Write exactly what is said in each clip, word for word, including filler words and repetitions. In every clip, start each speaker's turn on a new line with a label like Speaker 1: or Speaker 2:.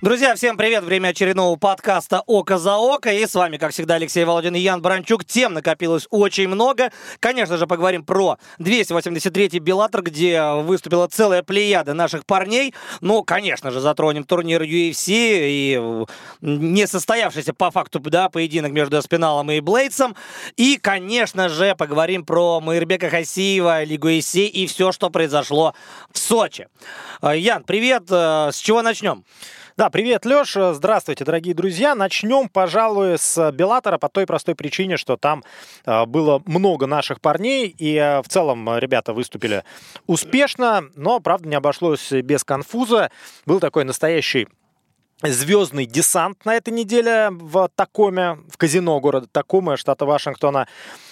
Speaker 1: Друзья, всем привет! Время очередного подкаста «Око за око». И с вами, как всегда, Алексей Володин и Ян Бранчук. Тем накопилось очень много. Конечно же, поговорим про двести восемьдесят третий Беллатор, где выступила целая плеяда наших парней. Ну, конечно же, затронем турнир ю эф си и не состоявшийся по факту да, поединок между Аспиналом и Блейдсом. И, конечно же, поговорим про Маирбека Хасиева, Лигу ю эф си и все, что произошло в Сочи. Ян, привет! С чего начнем?
Speaker 2: Да, привет, Леш. Здравствуйте, дорогие друзья. Начнем, пожалуй, с Беллатора по той простой причине, что там э, было много наших парней, и э, в целом ребята выступили успешно, но, правда, не обошлось без конфуза. Был такой настоящий звездный десант на этой неделе в Такоме, в казино города Такома, штата Вашингтона.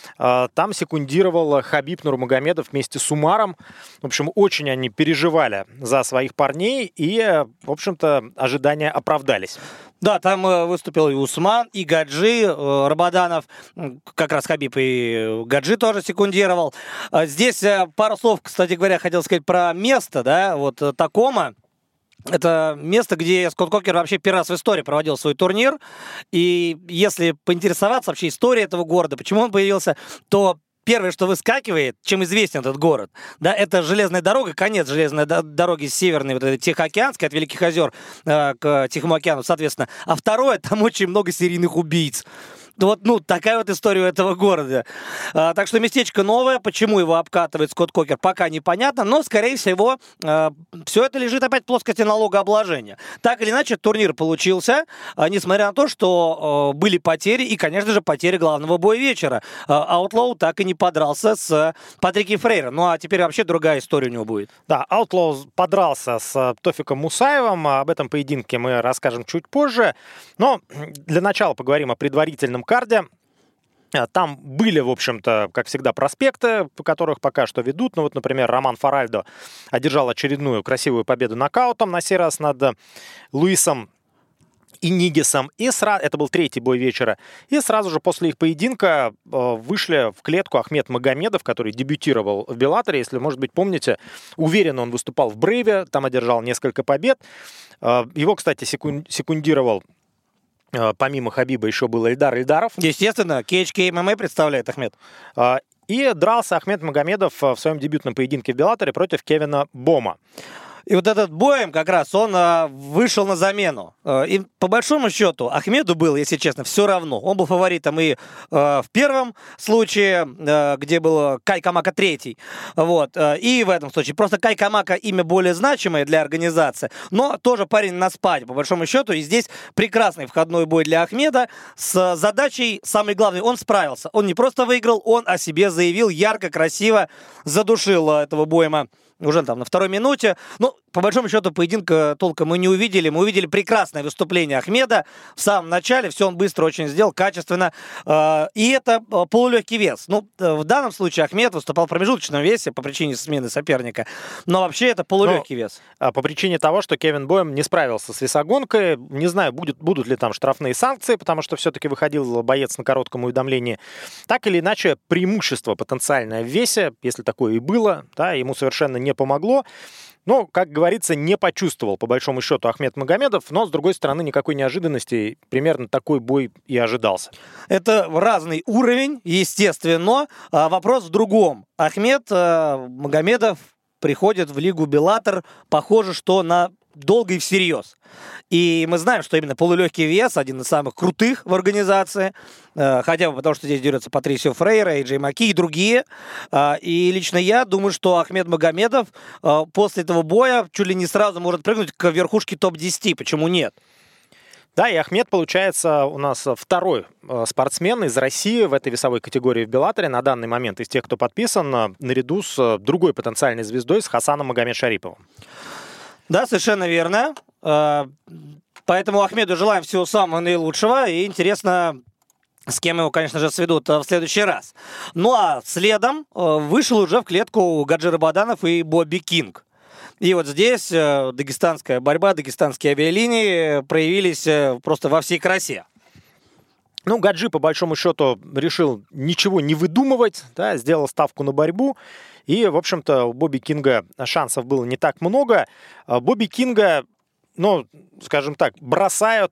Speaker 2: Там секундировал Хабиб Нурмагомедов вместе с Умаром. В общем, очень они переживали за своих парней, и, в общем-то, ожидания оправдались.
Speaker 1: Да, там выступил и Усман, и Гаджи, Рабаданов, как раз Хабиб и Гаджи тоже секундировал. Здесь пару слов, кстати говоря, хотел сказать про место, да, вот Такома. Это место, где Скотт Кокер вообще первый раз в истории проводил свой турнир. И если поинтересоваться вообще историей этого города, почему он появился, то первое, что выскакивает, чем известен этот город, да, это железная дорога, конец железной дороги северной, вот этой Тихоокеанской, от Великих озер э, к Тихому океану, соответственно. А второе, там очень много серийных убийц. Вот, ну, такая вот история у этого города. А, так что местечко новое. Почему его обкатывает Скотт Кокер, пока непонятно. Но, скорее всего, а, все это лежит опять в плоскости налогообложения. Так или иначе, турнир получился, а, несмотря на то, что а, были потери. И, конечно же, потери главного боя вечера. А, Outlaw так и не подрался с Патрики Фрейра. Ну, а теперь вообще другая история у него будет.
Speaker 2: Да, Outlaw подрался с Тофиком Мусаевым. Об этом поединке мы расскажем чуть позже. Но для начала поговорим о предварительном карде. Там были, в общем-то, как всегда, проспекты, по которых пока что ведут. Ну вот, например, Роман Фаральдо одержал очередную красивую победу нокаутом, на сей раз над Луисом Инигесом. И сразу, это был третий бой вечера. И сразу же после их поединка э, вышли в клетку Ахмед Магомедов, который дебютировал в Беллаторе. Если, может быть, помните, уверенно он выступал в Брейве, там одержал несколько побед. Э, его, кстати, секунд, секундировал помимо Хабиба еще был Эльдар Эльдаров.
Speaker 1: Естественно, кей эйч кей эм эм а представляет Ахмед.
Speaker 2: И дрался Ахмед Магомедов в своем дебютном поединке в Беллаторе против Кевина Бома.
Speaker 1: И вот этот боем как раз он а, вышел на замену. И по большому счету Ахмеду было, если честно, все равно. Он был фаворитом и а, в первом случае, а, где был Кай Камака третий. Вот, а, и в этом случае. Просто Кай Камака имя более значимое для организации, но тоже парень на спаде, по большому счету. И здесь прекрасный входной бой для Ахмеда. С задачей, самой главной, он справился. Он не просто выиграл, он о себе заявил ярко, красиво, задушил этого боема уже там на второй минуте. Ну, по большому счету, поединка толком мы не увидели. Мы увидели прекрасное выступление Ахмеда в самом начале. Все он быстро очень сделал, качественно. И это полулегкий вес. Ну, в данном случае Ахмед выступал в промежуточном весе по причине смены соперника. Но вообще это полулегкий вес.
Speaker 2: По причине того, что Кевин Боем не справился с весогонкой. Не знаю, будет, будут ли там штрафные санкции, потому что все-таки выходил боец на коротком уведомлении. Так или иначе, преимущество потенциальное в весе, если такое и было, да, ему совершенно не помогло. Но, как говорится, не почувствовал, по большому счету, Ахмед Магомедов, но, с другой стороны, никакой неожиданности, примерно такой бой и ожидался.
Speaker 1: Это разный уровень, естественно. А вопрос в другом. Ахмед э, Магомедов приходит в Лигу Беллатор, похоже, что на долго и всерьез. И мы знаем, что именно полулегкий вес один из самых крутых в организации, хотя бы потому, что здесь дерется Патрисио Фрейра, Эйджей Маки и другие. И лично я думаю, что Ахмед Магомедов после этого боя чуть ли не сразу может прыгнуть к верхушке топ десять. Почему нет?
Speaker 2: Да, и Ахмед, получается, у нас второй спортсмен из России в этой весовой категории в Беллаторе на данный момент из тех, кто подписан, наряду с другой потенциальной звездой, с Хасаном Магомед-Шариповым.
Speaker 1: Да, совершенно верно. Поэтому Ахмеду желаем всего самого наилучшего. И интересно, с кем его, конечно же, сведут в следующий раз. Ну а следом вышел уже в клетку Гаджи Рабаданов и Бобби Кинг. И вот здесь дагестанская борьба, дагестанские авиалинии проявились просто во всей красе.
Speaker 2: Ну, Гаджи, по большому счету, решил ничего не выдумывать, да, сделал ставку на борьбу. И, в общем-то, у Бобби Кинга шансов было не так много. Бобби Кинга ну, скажем так, бросают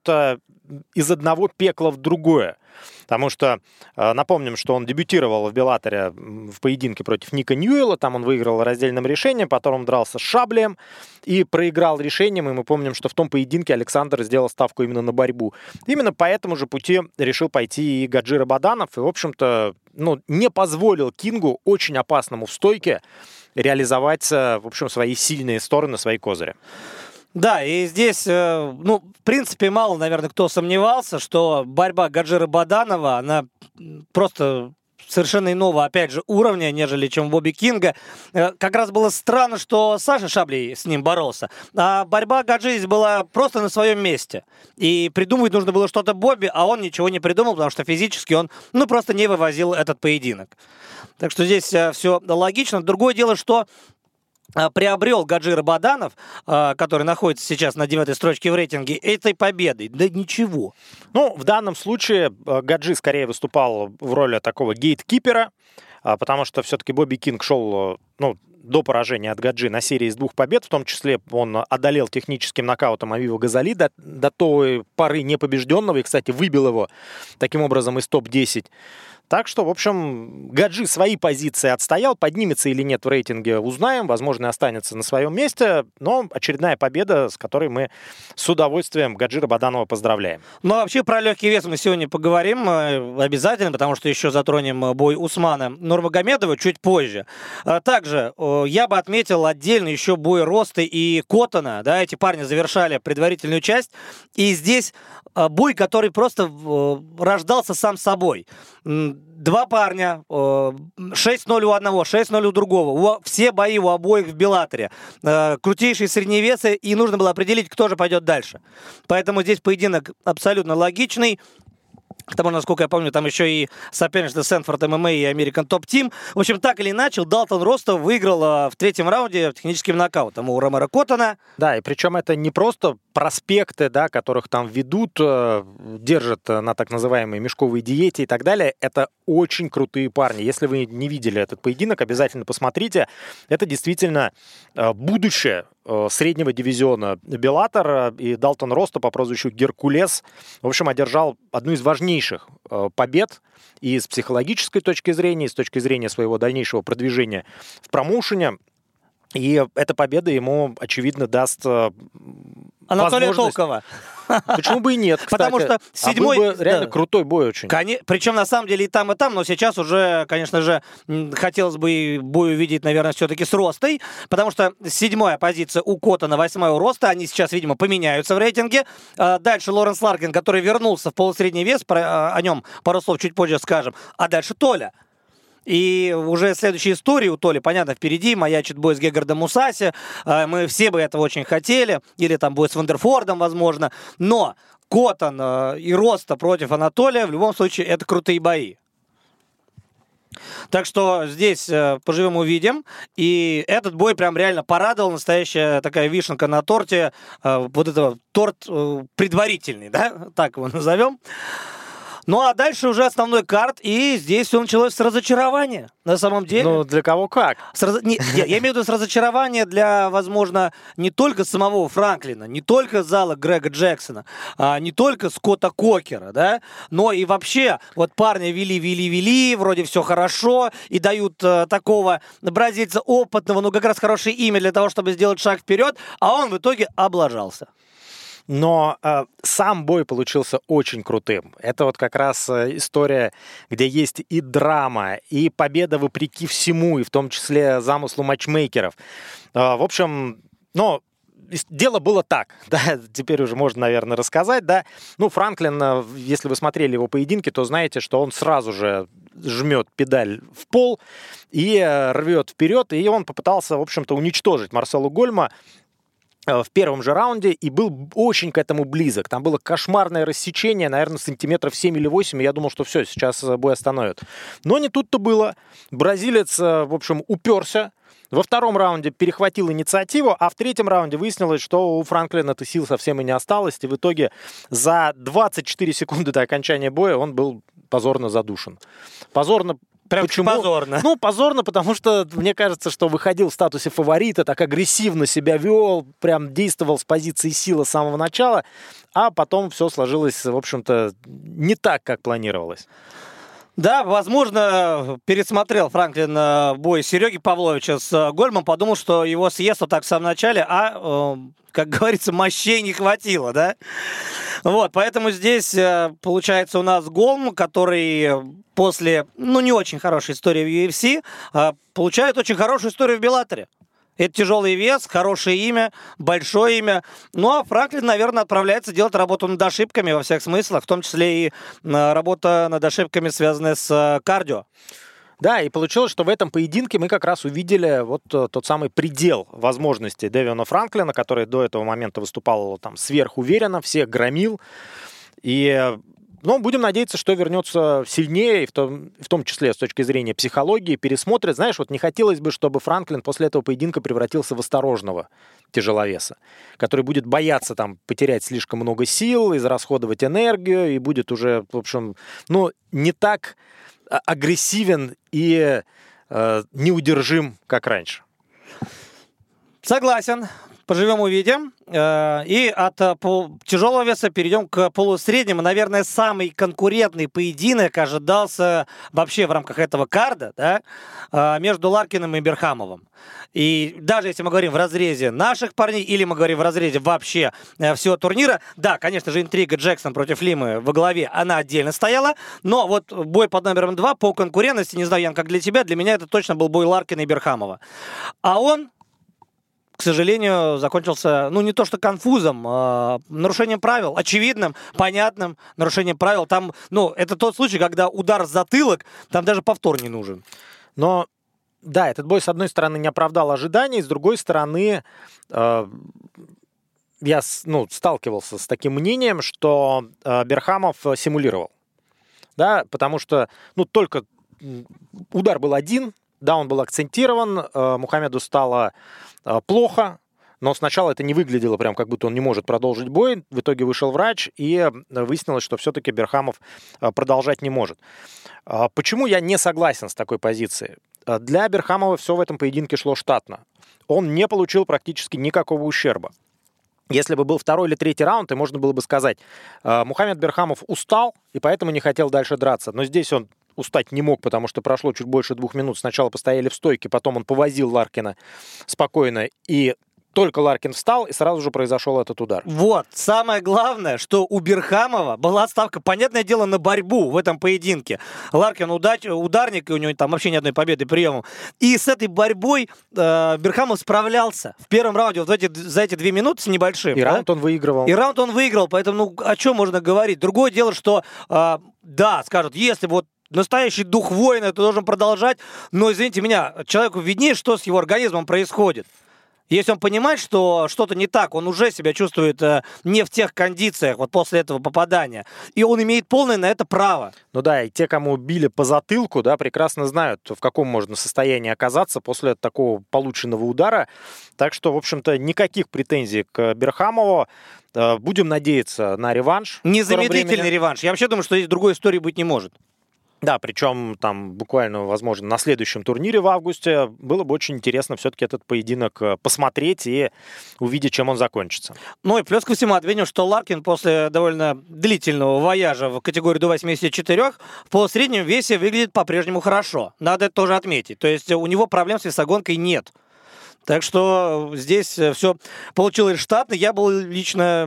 Speaker 2: из одного пекла в другое. Потому что, напомним, что он дебютировал в Беллаторе в поединке против Ника Ньюэлла, там он выиграл раздельным решением, потом он дрался с Шаблием и проиграл решением, и мы помним, что в том поединке Александр сделал ставку именно на борьбу. Именно по этому же пути решил пойти и Гаджи Рабаданов, и, в общем-то, ну, не позволил Кингу, очень опасному в стойке, реализовать, в общем, свои сильные стороны, свои козыри.
Speaker 1: Да, и здесь, ну, в принципе, мало, наверное, кто сомневался, что борьба Гаджи Рабаданова, она просто совершенно иного, опять же, уровня, нежели чем Бобби Кинга. Как раз было странно, что Саша Шаблей с ним боролся, а борьба Гаджи здесь была просто на своем месте. И придумывать нужно было что-то Бобби, а он ничего не придумал, потому что физически он, ну, просто не вывозил этот поединок. Так что здесь все логично. Другое дело, что приобрел Гаджи Рабаданов, который находится сейчас на девятой строчке в рейтинге, этой победой. Да ничего.
Speaker 2: Ну, в данном случае Гаджи скорее выступал в роли такого гейткипера, потому что все-таки Бобби Кинг шел, ну, до поражения от Гаджи на серии из двух побед, в том числе он одолел техническим нокаутом Авива Газали до, до той поры непобежденного, и, кстати, выбил его таким образом из топ десять. Так что, в общем, Гаджи свои позиции отстоял, поднимется или нет в рейтинге, узнаем, возможно, останется на своем месте, но очередная победа, с которой мы с удовольствием Гаджи Рабаданова поздравляем.
Speaker 1: Ну, вообще, про легкий вес мы сегодня поговорим обязательно, потому что еще затронем бой Усмана Нурмагомедова чуть позже. Также я бы отметил отдельно еще бой Росты и Коттона, да, эти парни завершали предварительную часть, и здесь бой, который просто рождался сам собой. Два парня, шесть ноль у одного, шесть ноль у другого. Все бои у обоих в Беллаторе. Крутейшие средневесы, и нужно было определить, кто же пойдет дальше. Поэтому здесь поединок абсолютно логичный. К тому, насколько я помню, там еще и соперничество Сэнфорд эм эм а и American Top Team. В общем, так или иначе, Далтон Ростов выиграл а, в третьем раунде техническим нокаутом у Ромера Коттона.
Speaker 2: Да, и причем это не просто проспекты, да, которых там ведут, э, держат на так называемой мешковой диете и так далее. Это очень крутые парни. Если вы не видели этот поединок, обязательно посмотрите. Это действительно э, будущее э, среднего дивизиона Беллатор. И Далтон Ростов по прозвищу Геркулес, в общем, одержал одну из важнейших э, побед и с психологической точки зрения, и с точки зрения своего дальнейшего продвижения в промоушене. И эта победа ему, очевидно, даст
Speaker 1: Анатолия
Speaker 2: возможность...
Speaker 1: Толкова.
Speaker 2: Почему бы и нет, кстати.
Speaker 1: Потому что седьмой...
Speaker 2: А был бы реально
Speaker 1: да.
Speaker 2: крутой бой очень.
Speaker 1: Коне... Причем, на самом деле, и там, и там, но сейчас уже, конечно же, хотелось бы бой увидеть, наверное, все-таки с Ростой, потому что седьмая позиция у Коттона, восьмая у Роста, они сейчас, видимо, поменяются в рейтинге. Дальше Лоренс Ларкин, который вернулся в полусредний вес, о нем пару слов чуть позже скажем. А дальше Толя. И уже следующая история у Толи, понятно, впереди маячит бой с Гегардом Мусаси. Мы все бы этого очень хотели. Или там бой с Вандерфордом, возможно. Но Коттон и Роста против Анатолия, в любом случае, это крутые бои. Так что здесь поживем, увидим. И этот бой прям реально порадовал. Настоящая такая вишенка на торте. Вот это торт предварительный, да? Так его назовем. Ну, а дальше уже основной карт, и здесь все началось с разочарования, на самом деле.
Speaker 2: Ну, для кого как?
Speaker 1: С раз... не, я, я имею в виду с разочарования для, возможно, не только самого Франклина, не только зала Грега Джексона, а не только Скотта Кокера, да, но и вообще, вот парня вели, вели, вели, вроде все хорошо, и дают э, такого бразильца опытного, ну, как раз хорошее имя для того, чтобы сделать шаг вперед, а он в итоге облажался.
Speaker 2: Но э, сам бой получился очень крутым. Это вот как раз э, история, где есть и драма, и победа вопреки всему, и в том числе замыслу матчмейкеров. Э, в общем, ну, дело было так, да, теперь уже можно, наверное, рассказать, да. Ну, Франклин, если вы смотрели его поединки, то знаете, что он сразу же жмет педаль в пол и рвет вперед, и он попытался, в общем-то, уничтожить Марселу Гольма в первом же раунде и был очень к этому близок. Там было кошмарное рассечение, наверное, сантиметров семь или восемь, и я думал, что все, сейчас бой остановят. Но не тут-то было. Бразилец, в общем, уперся. Во втором раунде перехватил инициативу, а в третьем раунде выяснилось, что у Франклина-то сил совсем и не осталось, и в итоге за двадцать четыре секунды до окончания боя он был позорно задушен. Позорно
Speaker 1: Прям
Speaker 2: Почему?
Speaker 1: позорно.
Speaker 2: Ну, позорно, потому что мне кажется, что выходил в статусе фаворита, так агрессивно себя вел, прям действовал с позиции силы с самого начала, а потом все сложилось, в общем-то, не так, как планировалось.
Speaker 1: Да, возможно, пересмотрел Франклин э, бой Сереги Павловича с э, Гольмом, подумал, что его съест вот так в самом начале, а, э, как говорится, мощей не хватило, да? Вот, поэтому здесь э, получается у нас Гольм, который после, ну, не очень хорошей истории в ю эф си, э, получает очень хорошую историю в Беллаторе. Это тяжелый вес, хорошее имя, большое имя. Ну, а Франклин, наверное, отправляется делать работу над ошибками во всех смыслах, в том числе и работа над ошибками, связанная с кардио.
Speaker 2: Да, и получилось, что в этом поединке мы как раз увидели вот тот самый предел возможностей Дэвиона Франклина, который до этого момента выступал там сверхуверенно, всех громил. И... Но будем надеяться, что вернется сильнее, в том, в том числе с точки зрения психологии, пересмотрит. Знаешь, вот не хотелось бы, чтобы Франклин после этого поединка превратился в осторожного тяжеловеса, который будет бояться там потерять слишком много сил, израсходовать энергию и будет уже, в общем, ну, не так агрессивен и э, неудержим, как раньше.
Speaker 1: Согласен. Поживем, увидим. И от тяжелого веса перейдем к полусреднему. Наверное, самый конкурентный поединок ожидался вообще в рамках этого карда, да, между Ларкиным и Берхамовым. И даже если мы говорим в разрезе наших парней или мы говорим в разрезе вообще всего турнира, да, конечно же, интрига Джексон против Лимы во главе, она отдельно стояла, но вот бой под номером два по конкурентности, не знаю, Ян, как для тебя, для меня это точно был бой Ларкина и Берхамова. А он, к сожалению, закончился, ну, не то что конфузом, а нарушением правил, очевидным, понятным нарушением правил. Там, ну, это тот случай, когда удар в затылок, там даже повтор не нужен.
Speaker 2: Но, да, этот бой, с одной стороны, не оправдал ожиданий, с другой стороны, э, я, ну, сталкивался с таким мнением, что э, Берхамов симулировал, да, потому что, ну, только удар был один, да, он был акцентирован, э, Мухаммеду стало плохо, но сначала это не выглядело прям, как будто он не может продолжить бой. В итоге вышел врач, и выяснилось, что все-таки Берхамов продолжать не может. Почему я не согласен с такой позицией? Для Берхамова все в этом поединке шло штатно. Он не получил практически никакого ущерба. Если бы был второй или третий раунд, и можно было бы сказать, Мухаммед Берхамов устал, и поэтому не хотел дальше драться. Но здесь он устать не мог, потому что прошло чуть больше двух минут. Сначала постояли в стойке, потом он повозил Ларкина спокойно, и только Ларкин встал, и сразу же произошел этот удар.
Speaker 1: Вот, самое главное, что у Берхамова была ставка, понятное дело, на борьбу в этом поединке. Ларкин удач, ударник, и у него там вообще ни одной победы приемом. И с этой борьбой э, Берхамов справлялся в первом раунде, вот эти, за эти две минуты с небольшим.
Speaker 2: И
Speaker 1: да?
Speaker 2: раунд он выигрывал.
Speaker 1: И раунд он выиграл, поэтому, ну, о чем можно говорить? Другое дело, что, э, да, скажут, если вот настоящий дух воина, ты должен продолжать. Но, извините меня, человеку виднее, что с его организмом происходит. Если он понимает, что что-то не так, он уже себя чувствует э, не в тех кондициях вот после этого попадания. И он имеет полное на это право.
Speaker 2: Ну да, и те, кому били по затылку, да, прекрасно знают, в каком можно состоянии оказаться после такого полученного удара. Так что, в общем-то, никаких претензий к Берхамову. Будем надеяться на реванш.
Speaker 1: Незамедлительный реванш. Я вообще думаю, что здесь другой истории быть не может.
Speaker 2: Да, причем там буквально, возможно, на следующем турнире в августе было бы очень интересно все-таки этот поединок посмотреть и увидеть, чем он закончится.
Speaker 1: Ну и плюс ко всему отметим, что Ларкин после довольно длительного вояжа в категории до восьмидесяти четырёх в полусреднем весе выглядит по-прежнему хорошо. Надо это тоже отметить. То есть у него проблем с весогонкой нет. Так что здесь все получилось штатно. Я был лично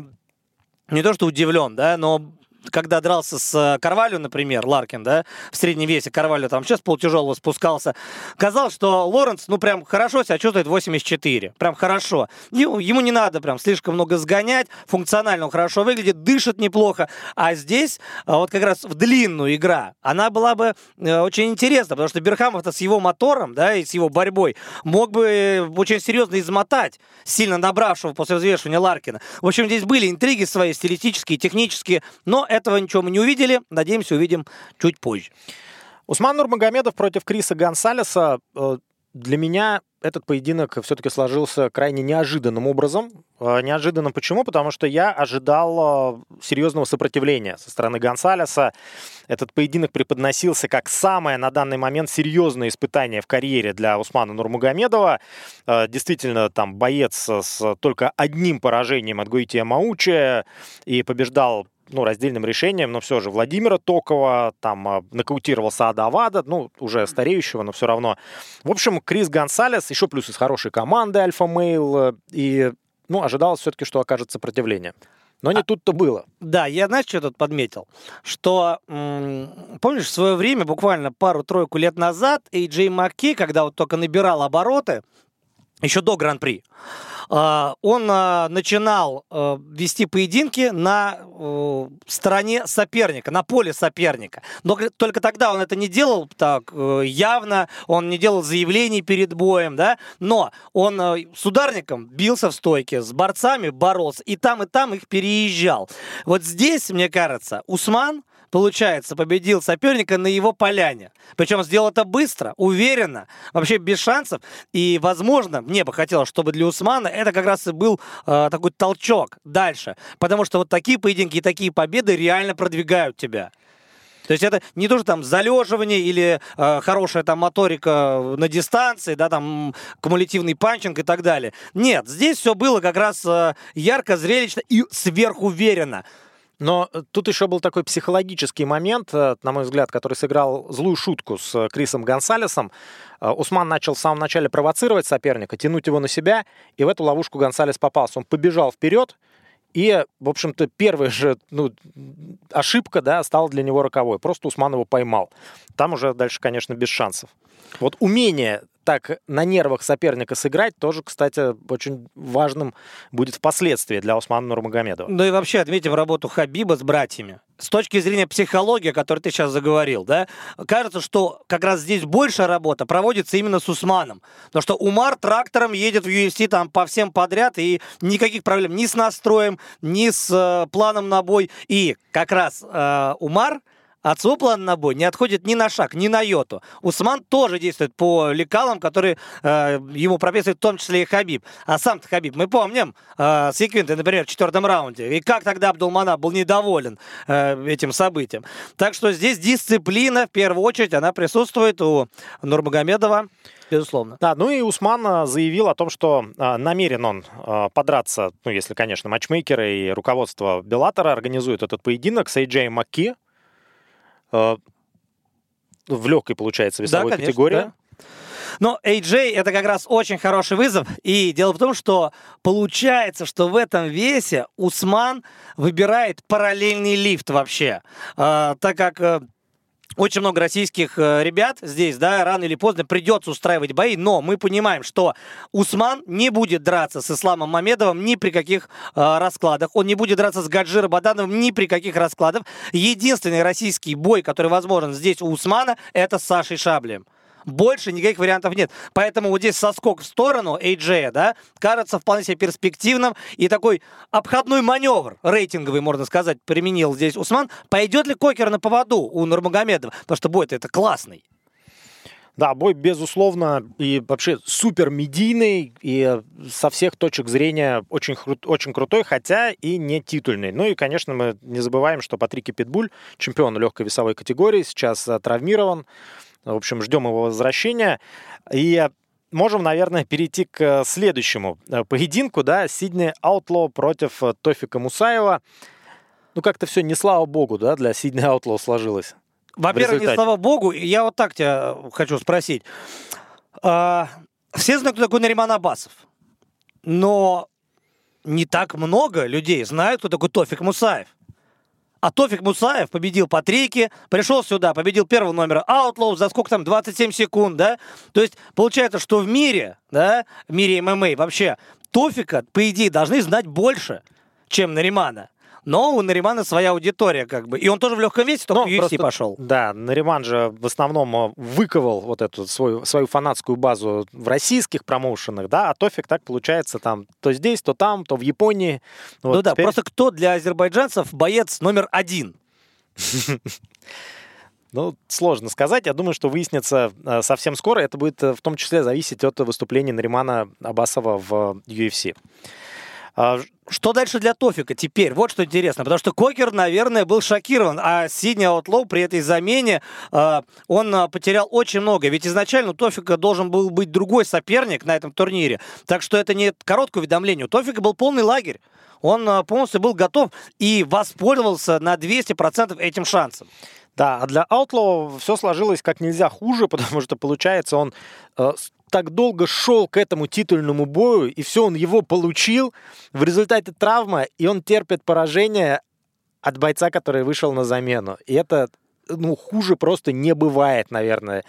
Speaker 1: не то что удивлен, да, но когда дрался с Карвалью, например, Ларкин, да, в среднем весе, Карвалью там сейчас полутяжелого спускался, казалось, что Лоренс, ну, прям хорошо себя чувствует восемьдесят четыре, прям хорошо. Ему, ему не надо прям слишком много сгонять, функционально он хорошо выглядит, дышит неплохо, а здесь вот как раз в длинную игра, она была бы очень интересна, потому что Берхамов-то с его мотором, да, и с его борьбой мог бы очень серьезно измотать сильно набравшего после взвешивания Ларкина. В общем, здесь были интриги свои, стилистические, технические, но этого ничего мы не увидели. Надеемся, увидим чуть позже.
Speaker 2: Усман Нурмагомедов против Криса Гонсалеса. для меня этот поединок все-таки сложился крайне неожиданным образом. Неожиданным почему? Потому что я ожидал серьезного сопротивления со стороны Гонсалеса. Этот поединок преподносился как самое на данный момент серьезное испытание в карьере для Усмана Нурмагомедова. Действительно, там боец с только одним поражением от Гоития Мауче и побеждал ну, раздельным решением, но все же Владимира Токова, там нокаутировал Саада Авада, ну, уже стареющего, но все равно. В общем, Крис Гонсалес, еще плюс из хорошей команды Альфа Мейл, и, ну, ожидалось все-таки, что окажет сопротивление. Но не а, тут-то было.
Speaker 1: Да, я, знаешь, что тут подметил? Что, м- помнишь, в свое время, буквально пару-тройку лет назад, Эй Джей Макки, когда вот только набирал обороты, еще до Гран-при, он начинал вести поединки на стороне соперника, на поле соперника. Но только тогда он это не делал так явно, он не делал заявлений перед боем, да? Но он с ударником бился в стойке, с борцами боролся, и там, и там их переезжал. Вот здесь, мне кажется, Усман, получается, победил соперника на его поляне. Причем сделал это быстро, уверенно, вообще без шансов. И, возможно, мне бы хотелось, чтобы для Усмана это как раз и был э, такой толчок дальше. Потому что вот такие поединки и такие победы реально продвигают тебя. То есть это не то, что там залеживание или э, хорошая там моторика на дистанции, да, там кумулятивный панчинг и так далее. Нет, здесь все было как раз э, ярко, зрелищно и сверхуверенно.
Speaker 2: Но тут еще был такой психологический момент, на мой взгляд, который сыграл злую шутку с Крисом Гонсалесом. Усман начал в самом начале провоцировать соперника, тянуть его на себя, и в эту ловушку Гонсалес попался. Он побежал вперед, и, в общем-то, первая же ну, ошибка, да, стала для него роковой. Просто Усман его поймал. Там уже дальше, конечно, без шансов. Вот умение так на нервах соперника сыграть тоже, кстати, очень важным будет впоследствии для Усмана Нурмагомедова.
Speaker 1: Ну и вообще отметим работу Хабиба с братьями. С точки зрения психологии, о которой ты сейчас заговорил, да, кажется, что как раз здесь большая работа проводится именно с Усманом. Потому что Умар трактором едет в ю эф си там по всем подряд, и никаких проблем ни с настроем, ни с э, планом на бой. И как раз э, Умар от своего плана на бой не отходит ни на шаг, ни на йоту. Усман тоже действует по лекалам, которые э, ему прописывает в том числе и Хабиб. А сам-то Хабиб, мы помним, э, с Еквинтой, например, в четвертом раунде. И как тогда Абдулманап был недоволен э, этим событием. Так что здесь дисциплина, в первую очередь, она присутствует у Нурмагомедова. Безусловно.
Speaker 2: Да, ну и Усман заявил о том, что а, намерен он а, подраться, ну, если, конечно, матчмейкеры и руководство Беллатора организуют этот поединок с Эй Джей Макки. В легкой, получается, весовой да, конечно, категории. Да.
Speaker 1: Но Эй Джей это как раз очень хороший вызов. И дело в том, что получается, что в этом весе Усман выбирает параллельный лифт вообще. А, так как очень много российских э, ребят здесь, да, рано или поздно придется устраивать бои, но мы понимаем, что Усман не будет драться с Исламом Мамедовым ни при каких э, раскладах, он не будет драться с Гаджи Рабадановым ни при каких раскладах. Единственный российский бой, который возможен здесь у Усмана, это с Сашей Шаблием. Больше никаких вариантов нет. Поэтому вот здесь соскок в сторону Эй Джей, да, кажется вполне себе перспективным. И такой обходной маневр, рейтинговый, можно сказать, применил здесь Усман. Пойдет ли Кокер на поводу у Нурмагомедова? Потому что бой-то это классный.
Speaker 2: Да, бой, безусловно, и вообще супер медийный, и со всех точек зрения очень, кру- очень крутой, хотя и не титульный. Ну и, конечно, мы не забываем, что Патрики Питбуль, чемпион легкой весовой категории, сейчас травмирован. В общем, ждем его возвращения. И можем, наверное, перейти к следующему поединку, да, Сидней Аутлоу против Тофика Мусаева. Ну, как-то все не слава богу, да, для Сидней Аутлоу сложилось.
Speaker 1: Во-первых, не слава богу, я вот так тебя хочу спросить. А, все знают, кто такой Нариман Абасов, но не так много людей знают, кто такой Тофик Мусаев. А Тофик Мусаев победил по трейке, пришел сюда, победил первого номера Outlaw за сколько там, двадцать семь секунд, да? То есть получается, что в мире, да, в мире эм эм а вообще Тофика, по идее, должны знать больше, чем Наримана. Но у Наримана своя аудитория, как бы. И он тоже в легком весе, только в ю эф си пошел.
Speaker 2: Да, Нариман же в основном выковал вот эту свою, свою фанатскую базу в российских промоушенах, да, а Тофик так получается там то здесь, то там, то в Японии.
Speaker 1: Вот ну да, теперь... просто кто для азербайджанцев боец номер один?
Speaker 2: Ну, сложно сказать. Я думаю, что выяснится совсем скоро. Это будет в том числе зависеть от выступления Наримана Абасова в ю эф си.
Speaker 1: Что дальше для Тофика теперь? Вот что интересно. Потому что Кокер, наверное, был шокирован. А Сидни Аутлоу при этой замене э, он э, потерял очень много. Ведь изначально у Тофика должен был быть другой соперник на этом турнире. Так что это не короткое уведомление. У Тофика был полный лагерь. Он э, полностью был готов и воспользовался на двести процентов этим шансом.
Speaker 2: Да, а для Аутлоу все сложилось как нельзя хуже, потому что, получается, он э, так долго шел к этому титульному бою, и все, он его получил. В результате травмы, и он терпит поражение от бойца, который вышел на замену. И это, ну, хуже просто не бывает, наверное.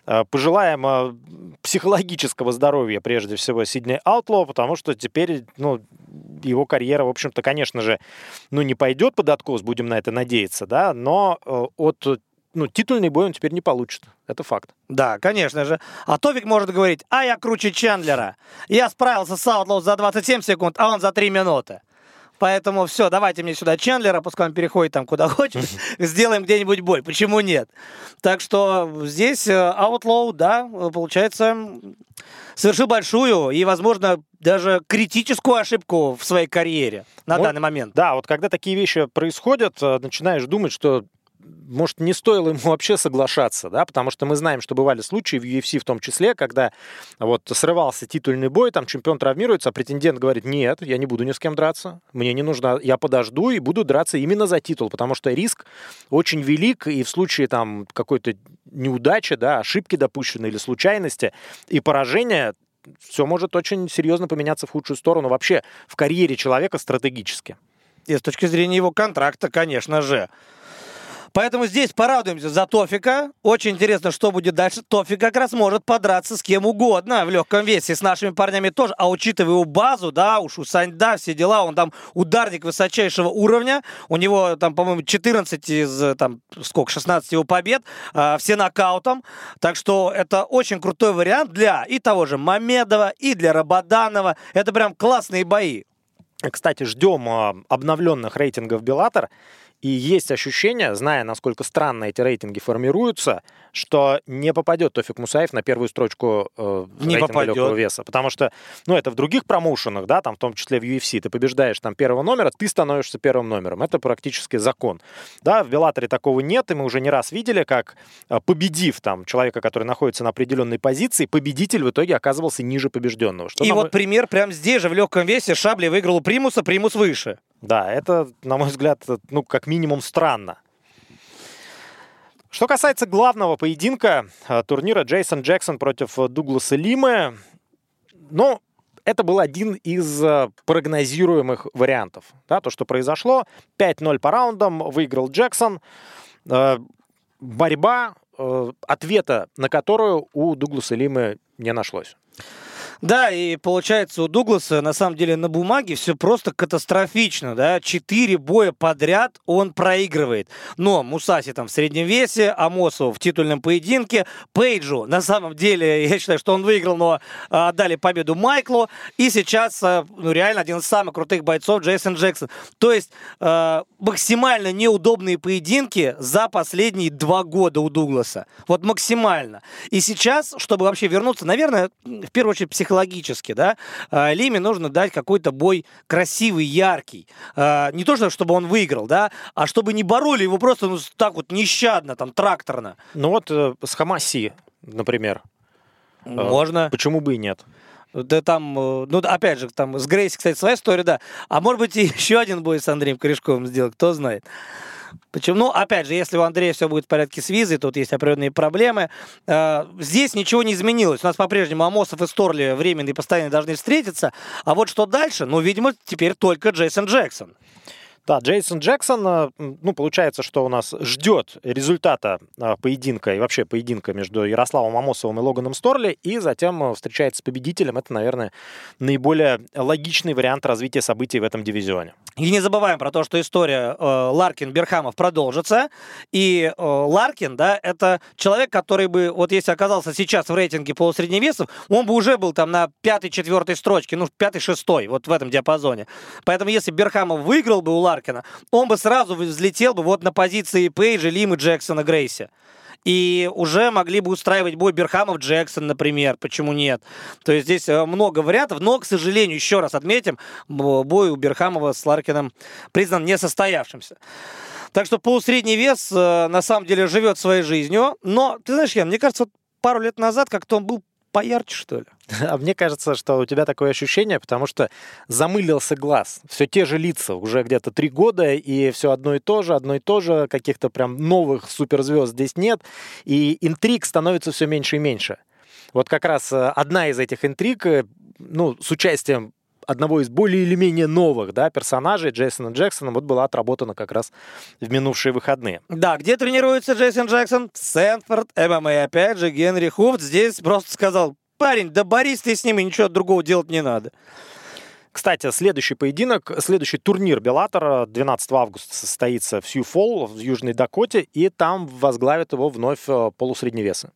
Speaker 2: Пожелаем психологического здоровья, прежде всего, Сидни Аутлоу, потому что теперь, ну, его карьера, в общем-то, конечно же, ну, не пойдет под откос, будем на это надеяться, да, но от, ну, титульный бой он теперь не получит. Это факт.
Speaker 1: Да, конечно же. А Тофик может говорить: а я круче Чендлера. Я справился с Аутлоу за двадцать семь секунд, а он за три минуты. Поэтому все, давайте мне сюда Чендлера, пускай он переходит там куда хочет, сделаем где-нибудь бой. Почему нет? Так что здесь Аутлоу, да, получается, совершил большую и, возможно, даже критическую ошибку в своей карьере на
Speaker 2: вот,
Speaker 1: данный момент.
Speaker 2: Да, вот когда такие вещи происходят, начинаешь думать, что может, не стоило ему вообще соглашаться, да, потому что мы знаем, что бывали случаи в ю эф си в том числе, когда вот срывался титульный бой, там чемпион травмируется, а претендент говорит: нет, я не буду ни с кем драться, мне не нужно, я подожду и буду драться именно за титул, потому что риск очень велик, и в случае там какой-то неудачи, да, ошибки допущенной или случайности и поражения, все может очень серьезно поменяться в худшую сторону вообще в карьере человека стратегически.
Speaker 1: И с точки зрения его контракта, конечно же. Поэтому здесь порадуемся за Тофика. Очень интересно, что будет дальше. Тофик как раз может подраться с кем угодно в легком весе. С нашими парнями тоже. А учитывая его базу, да, уж у Саньда все дела, он там ударник высочайшего уровня. У него там, по-моему, четырнадцать из, там, сколько, шестнадцати его побед. Э, все нокаутом. Так что это очень крутой вариант для и того же Мамедова, и для Рабаданова. Это прям классные бои.
Speaker 2: Кстати, ждем э, обновленных рейтингов Беллатор. И есть ощущение, зная, насколько странно эти рейтинги формируются, что не попадет Тофик Мусаев на первую строчку э, рейтинга
Speaker 1: попадет.
Speaker 2: легкого веса. Потому что, ну, это в других промоушенах, да, там, в том числе в ю эф си, ты побеждаешь там первого номера, ты становишься первым номером. Это практически закон. Да, в Беллаторе такого нет, и мы уже не раз видели, как, победив там человека, который находится на определенной позиции, победитель в итоге оказывался ниже побежденного. Что
Speaker 1: и
Speaker 2: нам...
Speaker 1: вот пример прямо здесь же в легком весе. Шабли выиграл у Примуса, Примус выше.
Speaker 2: Да, это, на мой взгляд, ну, как минимум странно. Что касается главного поединка турнира, Джейсон Джексон против Дугласа Лимы, ну, это был один из прогнозируемых вариантов. Да, то, что произошло, пять ноль по раундам, выиграл Джексон. Борьба, ответа на которую у Дугласа Лимы не нашлось.
Speaker 1: Да, и получается у Дугласа на самом деле на бумаге все просто катастрофично, да, четыре боя подряд он проигрывает. Но Мусаси там в среднем весе, Амосову в титульном поединке, Пейджу на самом деле, я считаю, что он выиграл, но а, отдали победу Майклу, и сейчас, а, ну, реально один из самых крутых бойцов Джейсон Джексон. То есть а, максимально неудобные поединки за последние два года у Дугласа. Вот максимально. И сейчас, чтобы вообще вернуться, наверное, в первую очередь психологически, логически, да, Лиме нужно дать какой-то бой красивый, яркий. Не то, чтобы он выиграл, да, а чтобы не бороли его просто, ну, так вот нещадно, там, тракторно.
Speaker 2: Ну вот с Хамаси, например.
Speaker 1: Можно.
Speaker 2: Почему бы и нет?
Speaker 1: Да там, ну, опять же, там с Грейси, кстати, своя история, да. А может быть, и еще один бой с Андреем Корешковым сделать, кто знает. Почему? Ну, опять же, если у Андрея все будет в порядке с визой, тут есть определенные проблемы. Здесь ничего не изменилось. У нас по-прежнему Амосов и Сторли временно и постоянно должны встретиться. А вот что дальше? Ну, видимо, теперь только Джейсон Джексон.
Speaker 2: Да, Джейсон Джексон, ну, получается, что у нас ждет результата поединка и вообще поединка между Ярославом Амосовым и Логаном Сторли, и затем встречается с победителем. Это, наверное, наиболее логичный вариант развития событий в этом дивизионе.
Speaker 1: И не забываем про то, что история э, Ларкин-Берхамов продолжится. И э, Ларкин, да, это человек, который бы, вот если оказался сейчас в рейтинге полусредневесов, он бы уже был там на пятой-четвертой строчке, ну, пятой-шестой, вот в этом диапазоне. Поэтому если Берхамов выиграл бы у Ларкина, он бы сразу взлетел бы вот на позиции Пейджа, Лимы, Джексона, Грейси. И уже могли бы устраивать бой Берхамов-Джексон, например. Почему нет? То есть здесь много вариантов. Но, к сожалению, еще раз отметим, бой у Берхамова с Ларкиным признан несостоявшимся. Так что полусредний вес на самом деле живет своей жизнью. Но, ты знаешь, Ян, мне кажется, вот пару лет назад как-то он был поярче, что ли?
Speaker 2: А мне кажется, что у тебя такое ощущение, потому что замылился глаз. Все те же лица уже где-то три года, и все одно и то же, одно и то же. Каких-то прям новых суперзвезд здесь нет. И интриг становится все меньше и меньше. Вот как раз одна из этих интриг, ну, с участием одного из более или менее новых, да, персонажей, Джейсона Джексона, вот была отработана как раз в минувшие выходные.
Speaker 1: Да, где тренируется Джейсон Джексон? Сэнфорд, эм эм а, опять же, Генри Хуфт здесь просто сказал: парень, да борись ты с ним, и ничего другого делать не надо.
Speaker 2: Кстати, следующий поединок, следующий турнир Беллатора двенадцатого августа состоится в Сью-Фолл в Южной Дакоте, и там возглавят его вновь полусредневесы.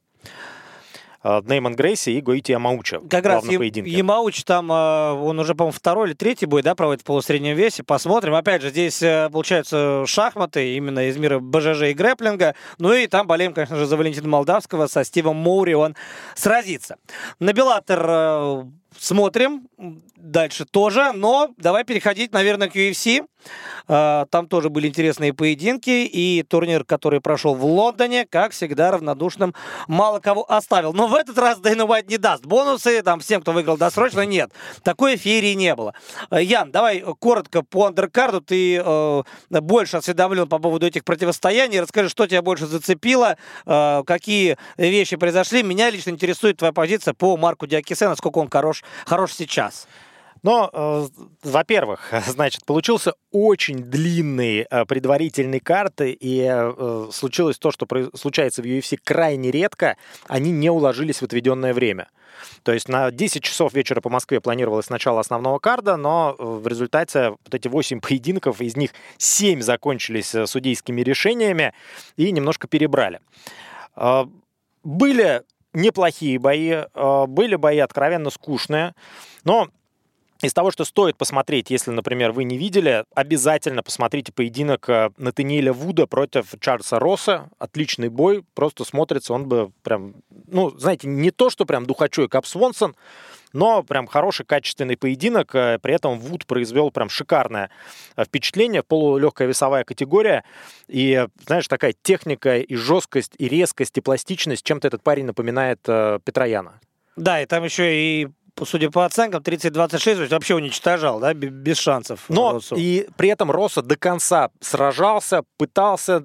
Speaker 2: Нейман Грейси и Гоити Ямаучи.
Speaker 1: Как раз Ямауч там, он уже, по-моему, второй или третий бой, да, проводит в полусреднем весе. Посмотрим. Опять же, здесь получаются шахматы именно из мира бэ жэ жэ и грэпплинга. Ну и там болеем, конечно же, за Валентина Молдавского. Со Стивом Моури он сразится. На Беллатор смотрим. Дальше тоже. Но давай переходить, наверное, к ю эф си. Там тоже были интересные поединки. И турнир, который прошел в Лондоне, как всегда, равнодушным мало кого оставил. Но в этот раз Дэйна Уайт не даст бонусы там всем, кто выиграл досрочно. Нет, такой феерии не было. Ян, давай коротко по андеркарду. Ты э, больше осведомлен по поводу этих противостояний. Расскажи, что тебя больше зацепило, э, какие вещи произошли. Меня лично интересует твоя позиция по Марку Диакисе, насколько он хорош, хорош сейчас.
Speaker 2: Но, э, во-первых, значит, получился очень длинный э, предварительный карт, и э, случилось то, что про- случается в ю эф си крайне редко, они не уложились в отведенное время. То есть на десять часов вечера по Москве планировалось начало основного карда, но в результате вот эти восемь поединков, из них семь закончились судейскими решениями и немножко перебрали. Э, были неплохие бои, э, были бои откровенно скучные, но из того, что стоит посмотреть, если, например, вы не видели, обязательно посмотрите поединок Натаниэля Вуда против Чарльза Росса. Отличный бой, просто смотрится он бы прям, ну, знаете, не то, что прям Духачой Кап Свонсон, но прям хороший, качественный поединок. При этом Вуд произвел прям шикарное впечатление. Полулегкая весовая категория. И, знаешь, такая техника и жесткость, и резкость, и пластичность. Чем-то этот парень напоминает Петраяна.
Speaker 1: Да, и там еще и, судя по оценкам, тридцать двадцать шесть, то есть вообще уничтожал, да, без шансов.
Speaker 2: Но
Speaker 1: Россу.
Speaker 2: И при этом Росса до конца сражался, пытался,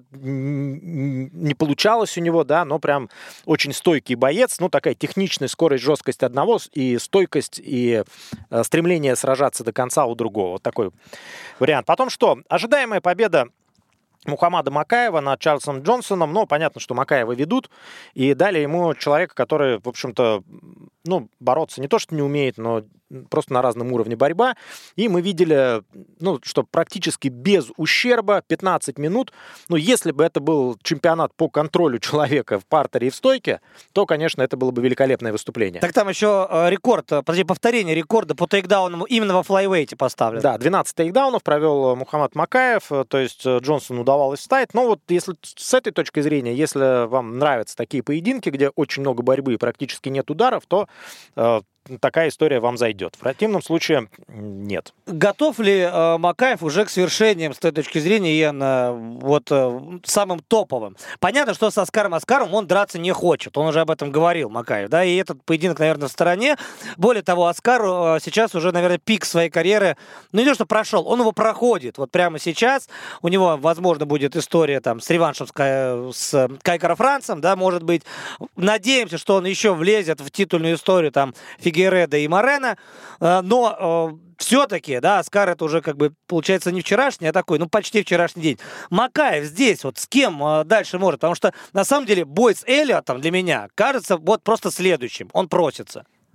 Speaker 2: не получалось у него, да, но прям очень стойкий боец, ну, такая техничность, скорость, жесткость одного, и стойкость, и стремление сражаться до конца у другого. Вот такой вариант. Потом что? Ожидаемая победа Мухаммада Макаева над Чарльзом Джонсоном. Ну, понятно, что Макаева ведут, и дали ему человека, который, в общем-то, ну, бороться не то, что не умеет, но просто на разном уровне борьба. И мы видели, ну, что практически без ущерба пятнадцать минут. Ну, если бы это был чемпионат по контролю человека в партере и в стойке, то, конечно, это было бы великолепное выступление.
Speaker 1: Так там еще рекорд, подожди, повторение рекорда по тейкдаунам именно во флайвейте поставлен.
Speaker 2: Да, двенадцать тейкдаунов провел Мухаммад Макаев, то есть Джонсону удавалось встать. Но вот если с этой точки зрения, если вам нравятся такие поединки, где очень много борьбы и практически нет ударов, то э, такая история вам зайдет. В противном случае нет.
Speaker 1: Готов ли э, Макаев уже к свершениям с той точки зрения, Ян, вот э, самым топовым? Понятно, что с Оскаром Оскаром он драться не хочет. Он уже об этом говорил, Макаев, да, и этот поединок, наверное, в стороне. Более того, Оскар э, сейчас уже, наверное, пик своей карьеры, ну не то, что прошел, он его проходит. Вот прямо сейчас у него, возможно, будет история там с реваншем с, Кай, с Кайкаро Францем, да, может быть. Надеемся, что он еще влезет в титульную историю там Фигейредо и Морено, но э, все-таки, да, Оскар это уже как бы получается не вчерашний, а такой, ну почти вчерашний день. Макаев здесь вот с кем э, дальше может? Потому что на самом деле бой с Эллиотом для меня кажется вот просто следующим, он просится.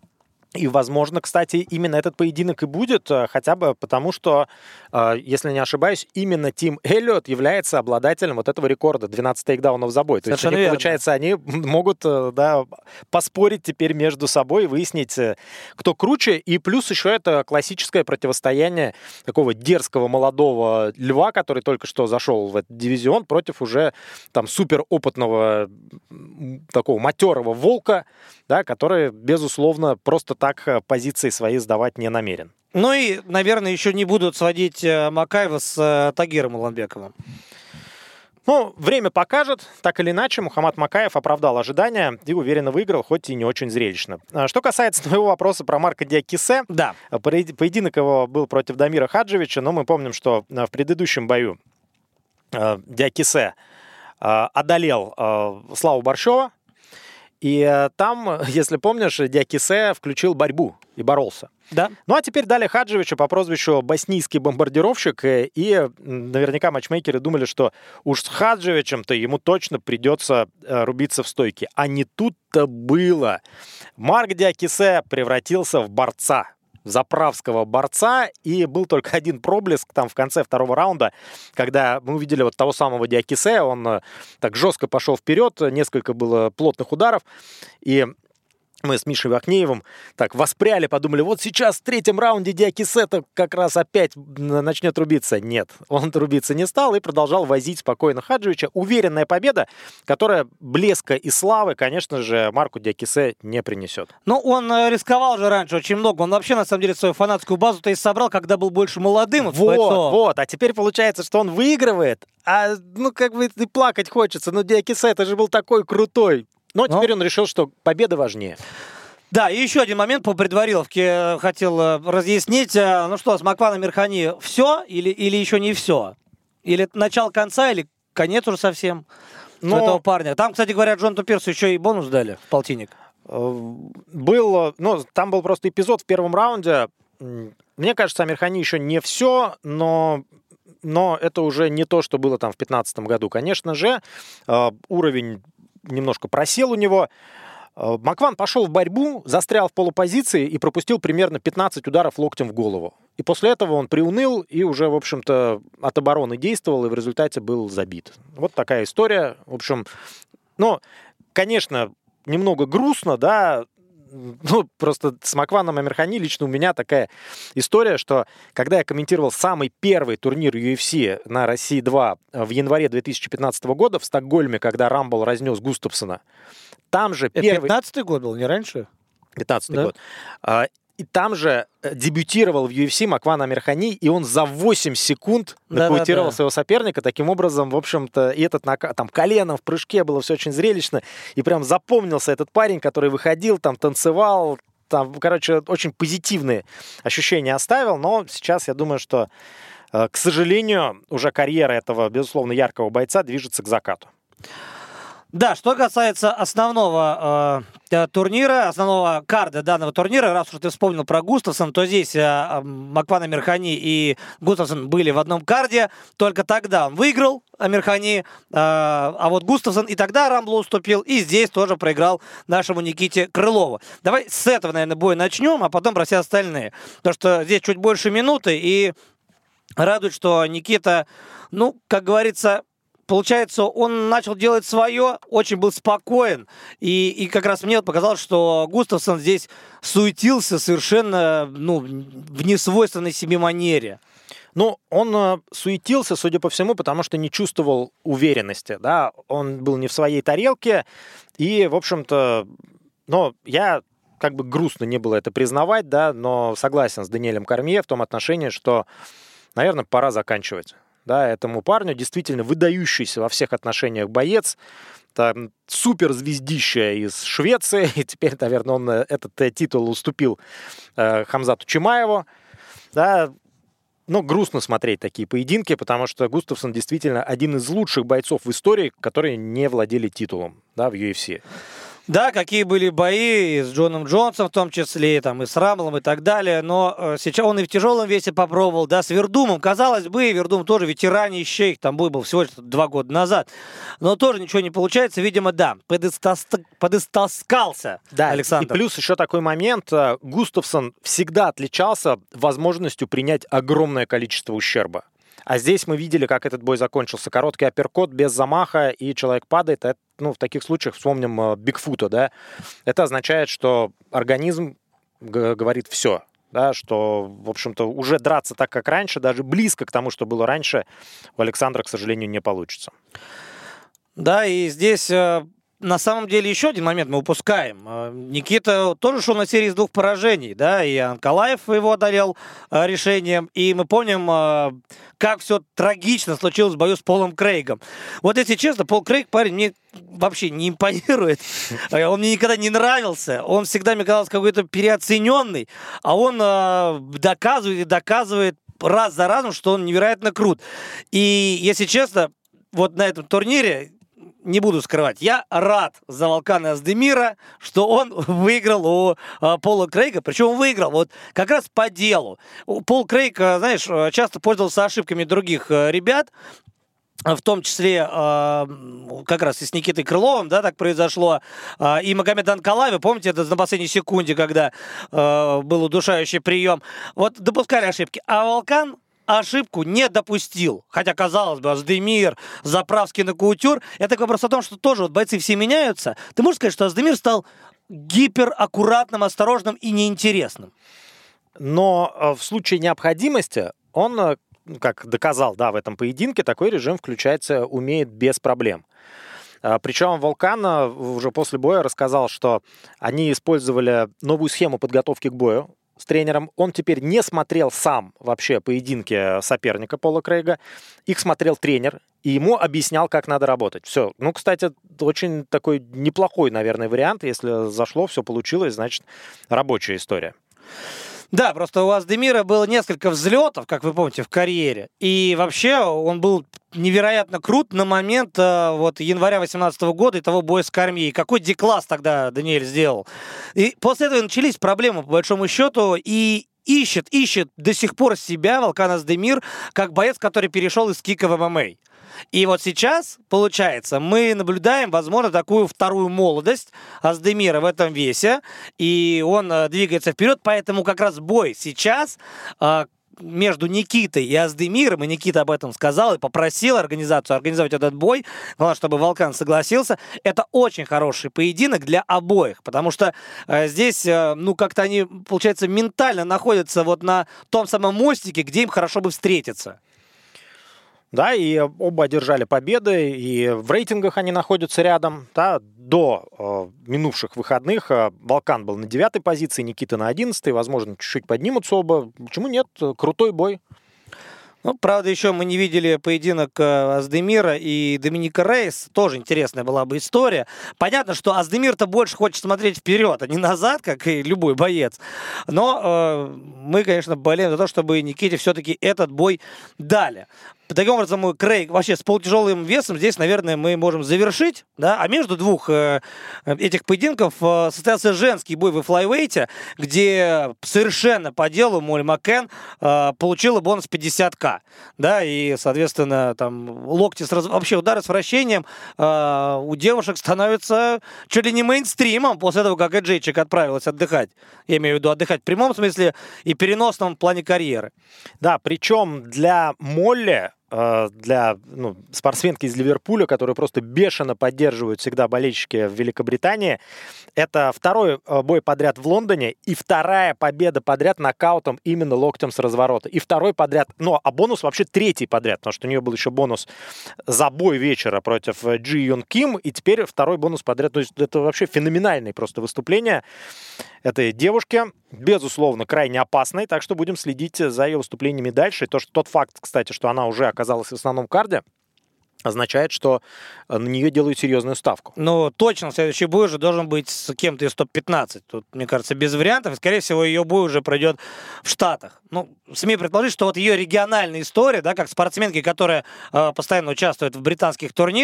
Speaker 2: И, возможно, кстати, именно этот поединок и будет, хотя бы потому, что, если не ошибаюсь, именно Тим Эллиот является обладателем вот этого рекорда двенадцать тейкдаунов за бой. То есть, они, получается, они могут, да, поспорить теперь между собой и выяснить, кто круче. И плюс еще это классическое противостояние такого дерзкого молодого льва, который только что зашел в этот дивизион, против уже там суперопытного такого матерого волка, да, который, безусловно, просто так позиции свои сдавать не намерен.
Speaker 1: Ну и, наверное, еще не будут сводить Макаева с Тагиром Уламбековым.
Speaker 2: Ну, время покажет. Так или иначе, Мухаммад Макаев оправдал ожидания и уверенно выиграл, хоть и не очень зрелищно. Что касается твоего вопроса про Марка Диакисе,
Speaker 1: да.
Speaker 2: Поединок его был против Дамира Хаджевича, но мы помним, что в предыдущем бою Диакисе одолел Славу Борщева. И там, если помнишь, Диакисе включил борьбу и боролся.
Speaker 1: Да.
Speaker 2: Ну а теперь дали Хаджевича по прозвищу «Боснийский бомбардировщик», и наверняка матчмейкеры думали, что уж с Хаджевичем-то ему точно придется рубиться в стойке. А не тут-то было. Марк Диакисе превратился в борца. Заправского борца, и был только один проблеск там в конце второго раунда, когда мы увидели вот того самого Диакисе, он так жестко пошел вперед, несколько было плотных ударов, и мы с Мишей Вахнеевым так воспряли, подумали, вот сейчас в третьем раунде Диакисе-то как раз опять начнет рубиться. Нет, он рубиться не стал и продолжал возить спокойно Хаджевича. Уверенная победа, которая блеска и славы, конечно же, Марку Диакисе не принесет.
Speaker 1: Ну, он рисковал же раньше очень много. Он вообще, на самом деле, свою фанатскую базу-то и собрал, когда был больше молодым.
Speaker 2: Вот, вот. А теперь получается, что он выигрывает, а, ну, как бы и плакать хочется. Ну, Диакисе, это же был такой крутой. Но ну, теперь он решил, что победа важнее.
Speaker 1: Да, и еще один момент по предвариловке хотел разъяснить. Ну что, с Макван Амирхани все или, или еще не все? Или начало конца, или конец уже совсем Но... этого парня? Там, кстати говоря, Джонатану Пирсу еще и бонус дали в полтинник.
Speaker 2: Был, ну, там был просто эпизод в первом раунде. Мне кажется, Амирхани еще не все, но... Но это уже не то, что было там в две тысячи пятнадцатом году. Конечно же, уровень немножко просел у него. Макван пошел в борьбу, застрял в полупозиции и пропустил примерно пятнадцать ударов локтем в голову. И после этого он приуныл и уже, в общем-то, от обороны действовал, и в результате был забит. Вот такая история. В общем, ну, конечно, немного грустно, да. Ну, просто с Макваном Амирхани лично у меня такая история, что когда я комментировал самый первый турнир ю эф си на России два в январе две тысячи пятнадцатого года в Стокгольме, когда Рамбл разнес Густавсона, там же
Speaker 1: Это
Speaker 2: первый...
Speaker 1: пятнадцатый год был, не раньше?
Speaker 2: пятнадцатый
Speaker 1: да?
Speaker 2: год. И там же дебютировал в ю эф си Макван Амирхани, и он за восемь секунд нокаутировал да, да, да. своего соперника. Таким образом, в общем-то, и этот там коленом в прыжке было все очень зрелищно. И прям запомнился этот парень, который выходил, там танцевал. Там, короче, очень позитивные ощущения оставил. Но сейчас я думаю, что, к сожалению, уже карьера этого, безусловно, яркого бойца движется к закату.
Speaker 1: Да, что касается основного э, турнира, основного карда данного турнира, раз уж ты вспомнил про Густавсон, то здесь э, Макван Амирхани и Густавсон были в одном карде, только тогда он выиграл Амирхани, э, а вот Густавсон и тогда Рамблу уступил, и здесь тоже проиграл нашему Никите Крылову. Давай с этого, наверное, боя начнем, а потом про все остальные, потому что здесь чуть больше минуты, и радует, что Никита, ну, как говорится... Получается, он начал делать свое, очень был спокоен. И, и как раз мне вот показалось, что Густавсон здесь суетился совершенно ну, в несвойственной себе манере.
Speaker 2: Ну, он э, суетился, судя по всему, потому что не чувствовал уверенности. Да? Он был не в своей тарелке. И, в общем-то, ну, я... Как бы грустно не было это признавать, да, но согласен с Даниэлем Кормье в том отношении, что, наверное, пора заканчивать. Да, этому парню действительно выдающийся во всех отношениях боец, там, суперзвездище из Швеции, и теперь, наверное, он этот титул уступил э, Хамзату Чимаеву. Да, ну, грустно смотреть такие поединки, потому что Густавсон действительно один из лучших бойцов в истории, которые не владели титулом, да, в ю эф си.
Speaker 1: Да, какие были бои и с Джоном Джонсом в том числе, там, и с Рамблом и так далее, но э, сейчас он и в тяжелом весе попробовал, да, с Вердумом, казалось бы, Вердум тоже ветеранище, их там бой был всего лишь два года назад, но тоже ничего не получается, видимо, да, подистас- подистаскался
Speaker 2: Да,
Speaker 1: Александр.
Speaker 2: И плюс еще такой момент, Густавсон всегда отличался возможностью принять огромное количество ущерба. А здесь мы видели, как этот бой закончился. Короткий апперкот без замаха, и человек падает. Это, ну, в таких случаях вспомним Бигфута, да. Это означает, что организм г- говорит все, да, что, в общем-то, уже драться так, как раньше, даже близко к тому, что было раньше, у Александра, к сожалению, не получится.
Speaker 1: Да, и здесь... э, На самом деле еще один момент мы упускаем. Э, Никита тоже шел на серии из двух поражений, да, и Анкалаев его одолел э, решением, и мы помним, э, как все трагично случилось в бою с Полом Крейгом. Вот если честно, Пол Крейг, парень, мне вообще не импонирует, Э, он мне никогда не нравился, он всегда мне казался какой-то переоцененный, а он э, доказывает и доказывает раз за разом, что он невероятно крут. И, если честно, вот на этом турнире, не буду скрывать, я рад за Волкана Оздемира, что он выиграл у а, Пола Крейга. Причем он выиграл вот как раз по делу. У- Пол Крейг, а, знаешь, а, часто пользовался ошибками других а, ребят, а, в том числе а, м, как раз и с Никитой Крыловым, да, так произошло. А, и Магомед Анкалаев, помните, это на последней секунде, когда а, был удушающий прием. Вот допускали ошибки. А Волкан ошибку не допустил. Хотя, казалось бы, Оздемир, Заправский, Нокаутюр. Это к вопросу о том, что тоже вот бойцы все меняются. Ты можешь сказать, что Оздемир стал гипераккуратным, осторожным и неинтересным?
Speaker 2: Но э, в случае необходимости он, э, ну, как доказал, да, в этом поединке, такой режим включается, умеет без проблем. А, Причем Волкан э, уже после боя рассказал, что они использовали новую схему подготовки к бою с тренером. Он теперь не смотрел сам вообще поединки соперника Пола Крейга. Их смотрел тренер и ему объяснял, как надо работать. Все. Ну, кстати, очень такой неплохой, наверное, вариант. Если зашло, все получилось, значит, рабочая история.
Speaker 1: Да, просто у Оздемира было несколько взлетов, как вы помните, в карьере. И вообще он был невероятно крут на момент э, вот января восемнадцатого года и того боя с Кормье. Какой декласс тогда Даниэль сделал. И после этого начались проблемы, по большому счету, и ищет, ищет до сих пор себя Волкан Оздемир как боец, который перешел из кика в ММА. И вот сейчас, получается, мы наблюдаем, возможно, такую вторую молодость Оздемира в этом весе, и он э, двигается вперед, поэтому как раз бой сейчас э, между Никитой и Оздемиром, и Никита об этом сказал и попросил организацию организовать этот бой, главное, чтобы Волкан согласился, это очень хороший поединок для обоих, потому что э, здесь, э, ну, как-то они, получается, ментально находятся вот на том самом мостике, где им хорошо бы встретиться.
Speaker 2: Да, и оба одержали победы, и в рейтингах они находятся рядом. Да, до э, минувших выходных э, Волкан был на девятой позиции, Никита на одиннадцатой. Возможно, чуть-чуть поднимутся оба. Почему нет? Крутой бой.
Speaker 1: Ну, правда, еще мы не видели поединок э, Оздемира и Доминика Рейс. Тоже интересная была бы история. Понятно, что Оздемир-то больше хочет смотреть вперед, а не назад, как и любой боец. Но э, мы, конечно, болеем за то, чтобы Никите все-таки этот бой дали. Таким образом, Крейг вообще с полутяжелым весом здесь, наверное, мы можем завершить. Да? А между двух э, этих поединков э, состоялся женский бой во флайвейте, где совершенно по делу Молли Маккен э, получила бонус пятьдесят ка. Да? И, соответственно, там локти с раз... вообще удары с вращением э, у девушек становятся чуть ли не мейнстримом после того, как Эджейчик отправилась отдыхать. Я имею в виду отдыхать в прямом смысле и переносном в плане карьеры.
Speaker 2: Да, причем для Молли, для ну, спортсменки из Ливерпуля, которые просто бешено поддерживают всегда болельщики в Великобритании. Это второй бой подряд в Лондоне и вторая победа подряд нокаутом именно локтем с разворота. И второй подряд, ну а бонус вообще третий подряд, потому что у нее был еще бонус за бой вечера против Джи Юн Ким, и теперь второй бонус подряд. То есть это вообще феноменальное просто выступление этой девушки, безусловно, крайне опасной, так что будем следить за ее выступлениями дальше. И то, что, тот факт, кстати, что она уже оказалась в основном карде, означает, что на нее делают серьезную ставку.
Speaker 1: Ну, точно, следующий бой уже должен быть с кем-то из топ пятнадцать. Тут, мне кажется, без вариантов. И, скорее всего, ее бой уже пройдет в Штатах. Ну, смею предположить, что вот ее региональная история, да, как спортсменки, которая э, постоянно участвует в британских турнирах,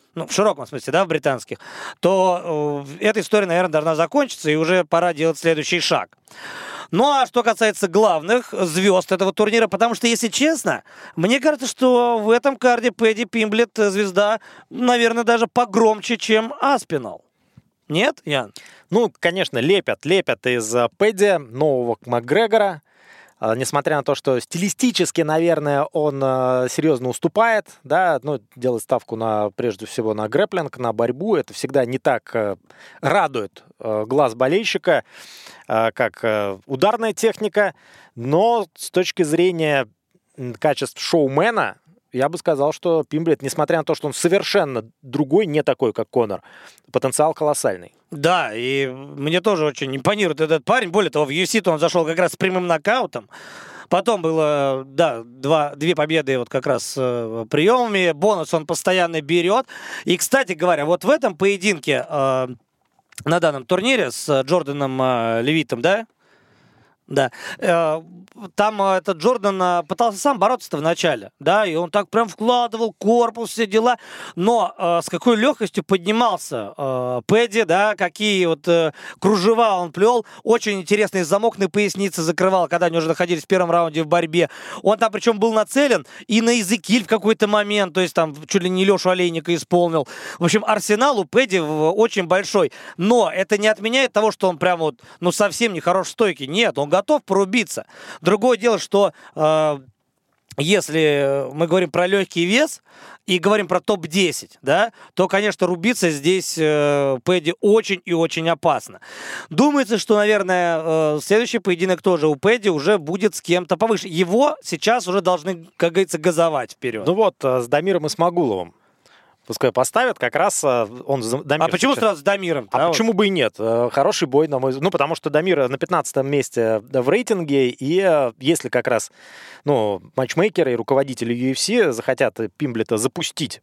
Speaker 1: ну, в широком смысле, да, в британских, то э, эта история, наверное, должна закончиться, и уже пора делать следующий шаг. Ну, а что касается главных звезд этого турнира, потому что, если честно, мне кажется, что в этом карде Пэдди Пимблет звезда, наверное, даже погромче, чем Аспинал. Нет, Ян?
Speaker 2: Ну, конечно, лепят, лепят из Пэдди нового Макгрегора. Несмотря на то, что стилистически, наверное, он серьезно уступает, да, ну, делает ставку на, прежде всего, на грэпплинг, на борьбу. Это всегда не так радует глаз болельщика, как ударная техника. Но с точки зрения качеств шоумена, я бы сказал, что Пимблет, несмотря на то, что он совершенно другой, не такой, как Конор, потенциал колоссальный.
Speaker 1: Да, и мне тоже очень импонирует этот парень. Более того, в ю эф си-то он зашел как раз с прямым нокаутом. Потом было, да, два, две победы вот как раз э, приемами. Бонус он постоянно берет. И, кстати говоря, вот в этом поединке э, на данном турнире с Джорданом э, Левитом, да? Да. Э, там э, этот Джордан э, пытался сам бороться-то в начале, да, и он так прям вкладывал корпус, все дела, но э, с какой легкостью поднимался э, Пэдди, да, какие вот э, кружева он плел, очень интересный замок на пояснице закрывал, когда они уже находились в первом раунде в борьбе. Он там причем был нацелен и на Эзекиль в какой-то момент, то есть там чуть ли не Лешу Олейника исполнил. В общем, арсенал у Пэдди очень большой, но это не отменяет того, что он прям вот, ну, совсем не хорош в стойке. Нет, он готов порубиться. Другое дело, что э, если мы говорим про легкий вес и говорим про топ десять, да, то, конечно, рубиться здесь э, Пэдди очень и очень опасно. Думается, что, наверное, э, следующий поединок тоже у Пэдди уже будет с кем-то повыше. Его сейчас уже должны, как говорится, газовать вперед.
Speaker 2: Ну вот, с Дамиром Исмагуловым пускай поставят, как раз он... Дамир
Speaker 1: а почему
Speaker 2: сейчас...
Speaker 1: сразу с Дамиром?
Speaker 2: А
Speaker 1: да,
Speaker 2: почему
Speaker 1: вот?
Speaker 2: бы и нет? Хороший бой, на мой взгляд. Ну, потому что Дамир на пятнадцатом месте в рейтинге, и если как раз, ну, матчмейкеры и руководители ю эф си захотят Пимблета запустить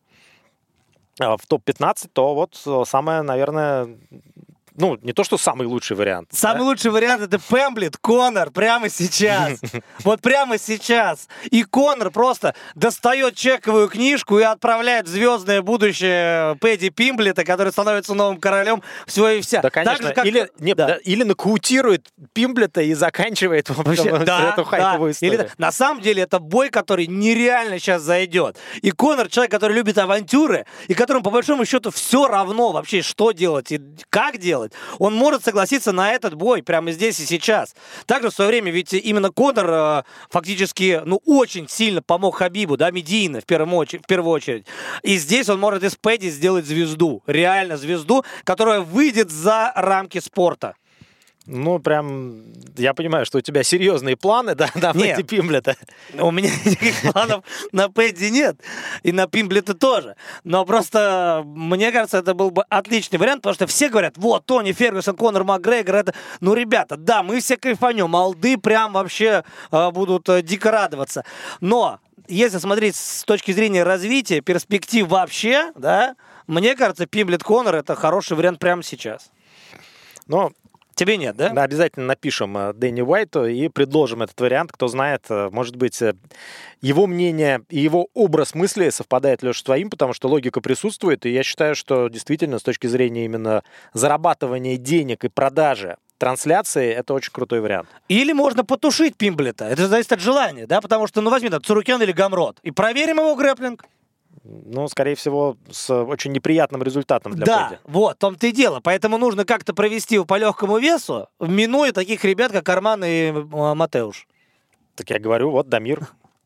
Speaker 2: в топ пятнадцать, то вот самое, наверное... Ну, не то, что самый лучший вариант.
Speaker 1: Самый
Speaker 2: да?
Speaker 1: лучший вариант — это Пимблет, Конор, прямо сейчас. Вот прямо сейчас. И Конор просто достает чековую книжку и отправляет в звездное будущее Пэдди Пимблета, который становится новым королем всего и вся.
Speaker 2: Да, конечно.
Speaker 1: Же, как...
Speaker 2: Или, не,
Speaker 1: да.
Speaker 2: Да, или нокаутирует Пимблета и заканчивает вообще, да, эту хайповую
Speaker 1: да.
Speaker 2: историю.
Speaker 1: Или, на самом деле, это бой, который нереально сейчас зайдет. И Конор — человек, который любит авантюры, и которому, по большому счету, все равно вообще, что делать и как делать. Он может согласиться на этот бой прямо здесь и сейчас. Также в свое время, ведь именно Конор э, фактически, ну, очень сильно помог Хабибу, да, медийно в первую очередь, в первую очередь. И здесь он может из Пэдди сделать звезду, реально звезду, которая выйдет за рамки спорта.
Speaker 2: Ну, прям, я понимаю, что у тебя серьезные планы, да, на Пэдди Пимблета.
Speaker 1: У меня никаких планов на Пэдди нет, и на Пимблета тоже. Но просто, мне кажется, это был бы отличный вариант, потому что все говорят, вот, Тони Фергюсон, Конор Макгрегор, это... Ну, ребята, да, мы все кайфанем, молды прям вообще э, будут э, дико радоваться. Но, если смотреть с точки зрения развития, перспектив вообще, да, мне кажется, Пимблет Конор — это хороший вариант прямо сейчас.
Speaker 2: Но...
Speaker 1: Тебе нет, да?
Speaker 2: Да, обязательно напишем Дэнни Уайту и предложим этот вариант. Кто знает, может быть, его мнение и его образ мысли совпадает, Леша, с твоим, потому что логика присутствует. И я считаю, что действительно с точки зрения именно зарабатывания денег и продажи трансляции, это очень крутой вариант.
Speaker 1: Или можно потушить Пимблета. Это зависит от желания, да? Потому что, ну, возьми там Цурукян или Гамрот и проверим его грэпплинг.
Speaker 2: Ну, скорее всего, с очень неприятным результатом для
Speaker 1: да,
Speaker 2: Пэдди.
Speaker 1: вот, в том-то и дело. Поэтому нужно как-то провести его по легкому весу, минуя таких ребят, как Арман и Матеуш.
Speaker 2: Так я говорю, вот Дамир.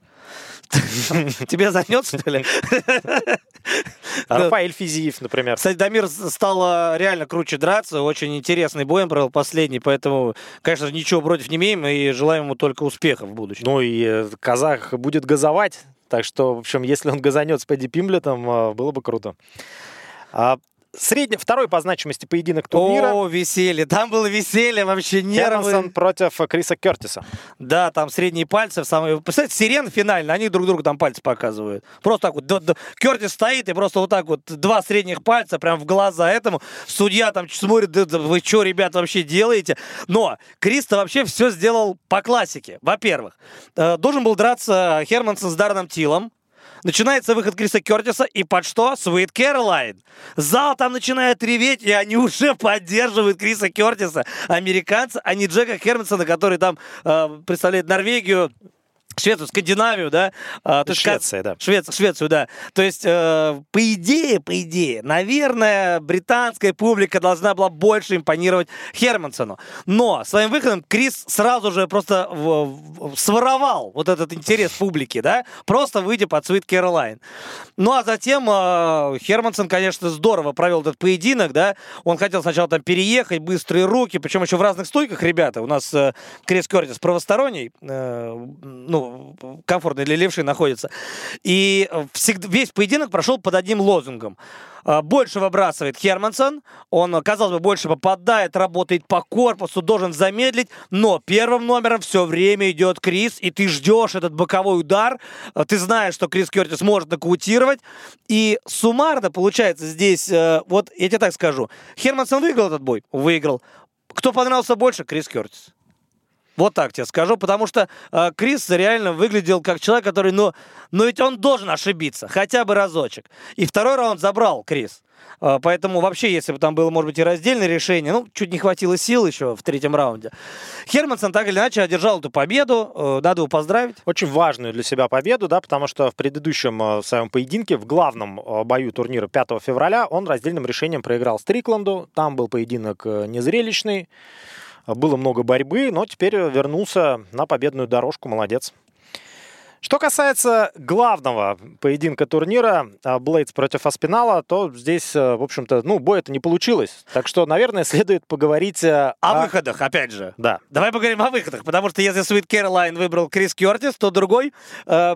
Speaker 1: Тебе занят, что ли?
Speaker 2: Рафаэль Физиев, например.
Speaker 1: Кстати, Дамир стал реально круче драться. Очень интересный бой он провел последний. Поэтому, конечно, ничего против не имеем и желаем ему только успехов в будущем.
Speaker 2: Ну и казах будет газовать. Так что, в общем, если он газанет с Пэдди Пимблетом, было бы круто. Средний, второй по значимости поединок турнира.
Speaker 1: О, веселье. Там было веселье, вообще нервы.
Speaker 2: Хермансон против Криса Кертиса.
Speaker 1: Да, там средние пальцы. Самые... Представляете, сирена финальная, они друг другу там пальцы показывают. Просто так вот. Д- д- Кертис стоит и просто вот так вот два средних пальца прям в глаза этому. Судья там смотрит, да, да, вы что, ребята, вообще делаете? Но Крис-то вообще все сделал по классике. Во-первых, э, должен был драться Хермансон с Дарреном Тиллом. начинается выход Криса Кертиса, и под что? Sweet Caroline. Зал там начинает реветь, и они уже поддерживают Криса Кертиса, американца, а не Джека Хермансона, который там э, представляет Норвегию, Швецию, Скандинавию, да? А, то
Speaker 2: Швеция, да.
Speaker 1: Швецию, Швецию, да. То есть, э, по идее, по идее, наверное, британская публика должна была больше импонировать Хермансону. Но своим выходом Крис сразу же просто в, в, своровал вот этот интерес публики, да? Просто выйдя под Sweet Caroline. Ну, а затем э, Хермансон, конечно, здорово провел этот поединок, да? Он хотел сначала там переехать, быстрые руки, причем еще в разных стойках, ребята. У нас э, Крис Кертис правосторонний, э, ну, комфортно для левши находится. И всегда, весь поединок прошел под одним лозунгом. Больше выбрасывает Хермансон, он, казалось бы, больше попадает, работает по корпусу, должен замедлить, но первым номером все время идет Крис, и ты ждешь этот боковой удар, ты знаешь, что Крис Кертис может нокаутировать, и суммарно получается здесь, вот я тебе так скажу, Хермансон выиграл этот бой? Выиграл. Кто понравился больше? Крис Кертис. Вот так тебе скажу, потому что э, Крис реально выглядел как человек, который, ну, ну ведь он должен ошибиться, хотя бы разочек. И второй раунд забрал Крис. Э, поэтому вообще, если бы там было, может быть, и раздельное решение, ну, чуть не хватило сил еще в третьем раунде. Хермансон так или иначе одержал эту победу, э, надо его поздравить.
Speaker 2: Очень важную для себя победу, да, потому что в предыдущем э, своем поединке, в главном э, бою турнира пятого февраля, он раздельным решением проиграл Стрикланду. Там был поединок э, незрелищный. Было много борьбы, но теперь вернулся на победную дорожку. Молодец. Что касается главного поединка турнира, Блейдс против Аспинала, то здесь, в общем-то, ну, боя-то не получилось. Так что, наверное, следует поговорить о...
Speaker 1: О выходах, опять же.
Speaker 2: Да.
Speaker 1: Давай поговорим о выходах, потому что если Sweet Caroline выбрал Крис Кертис, то другой... Э-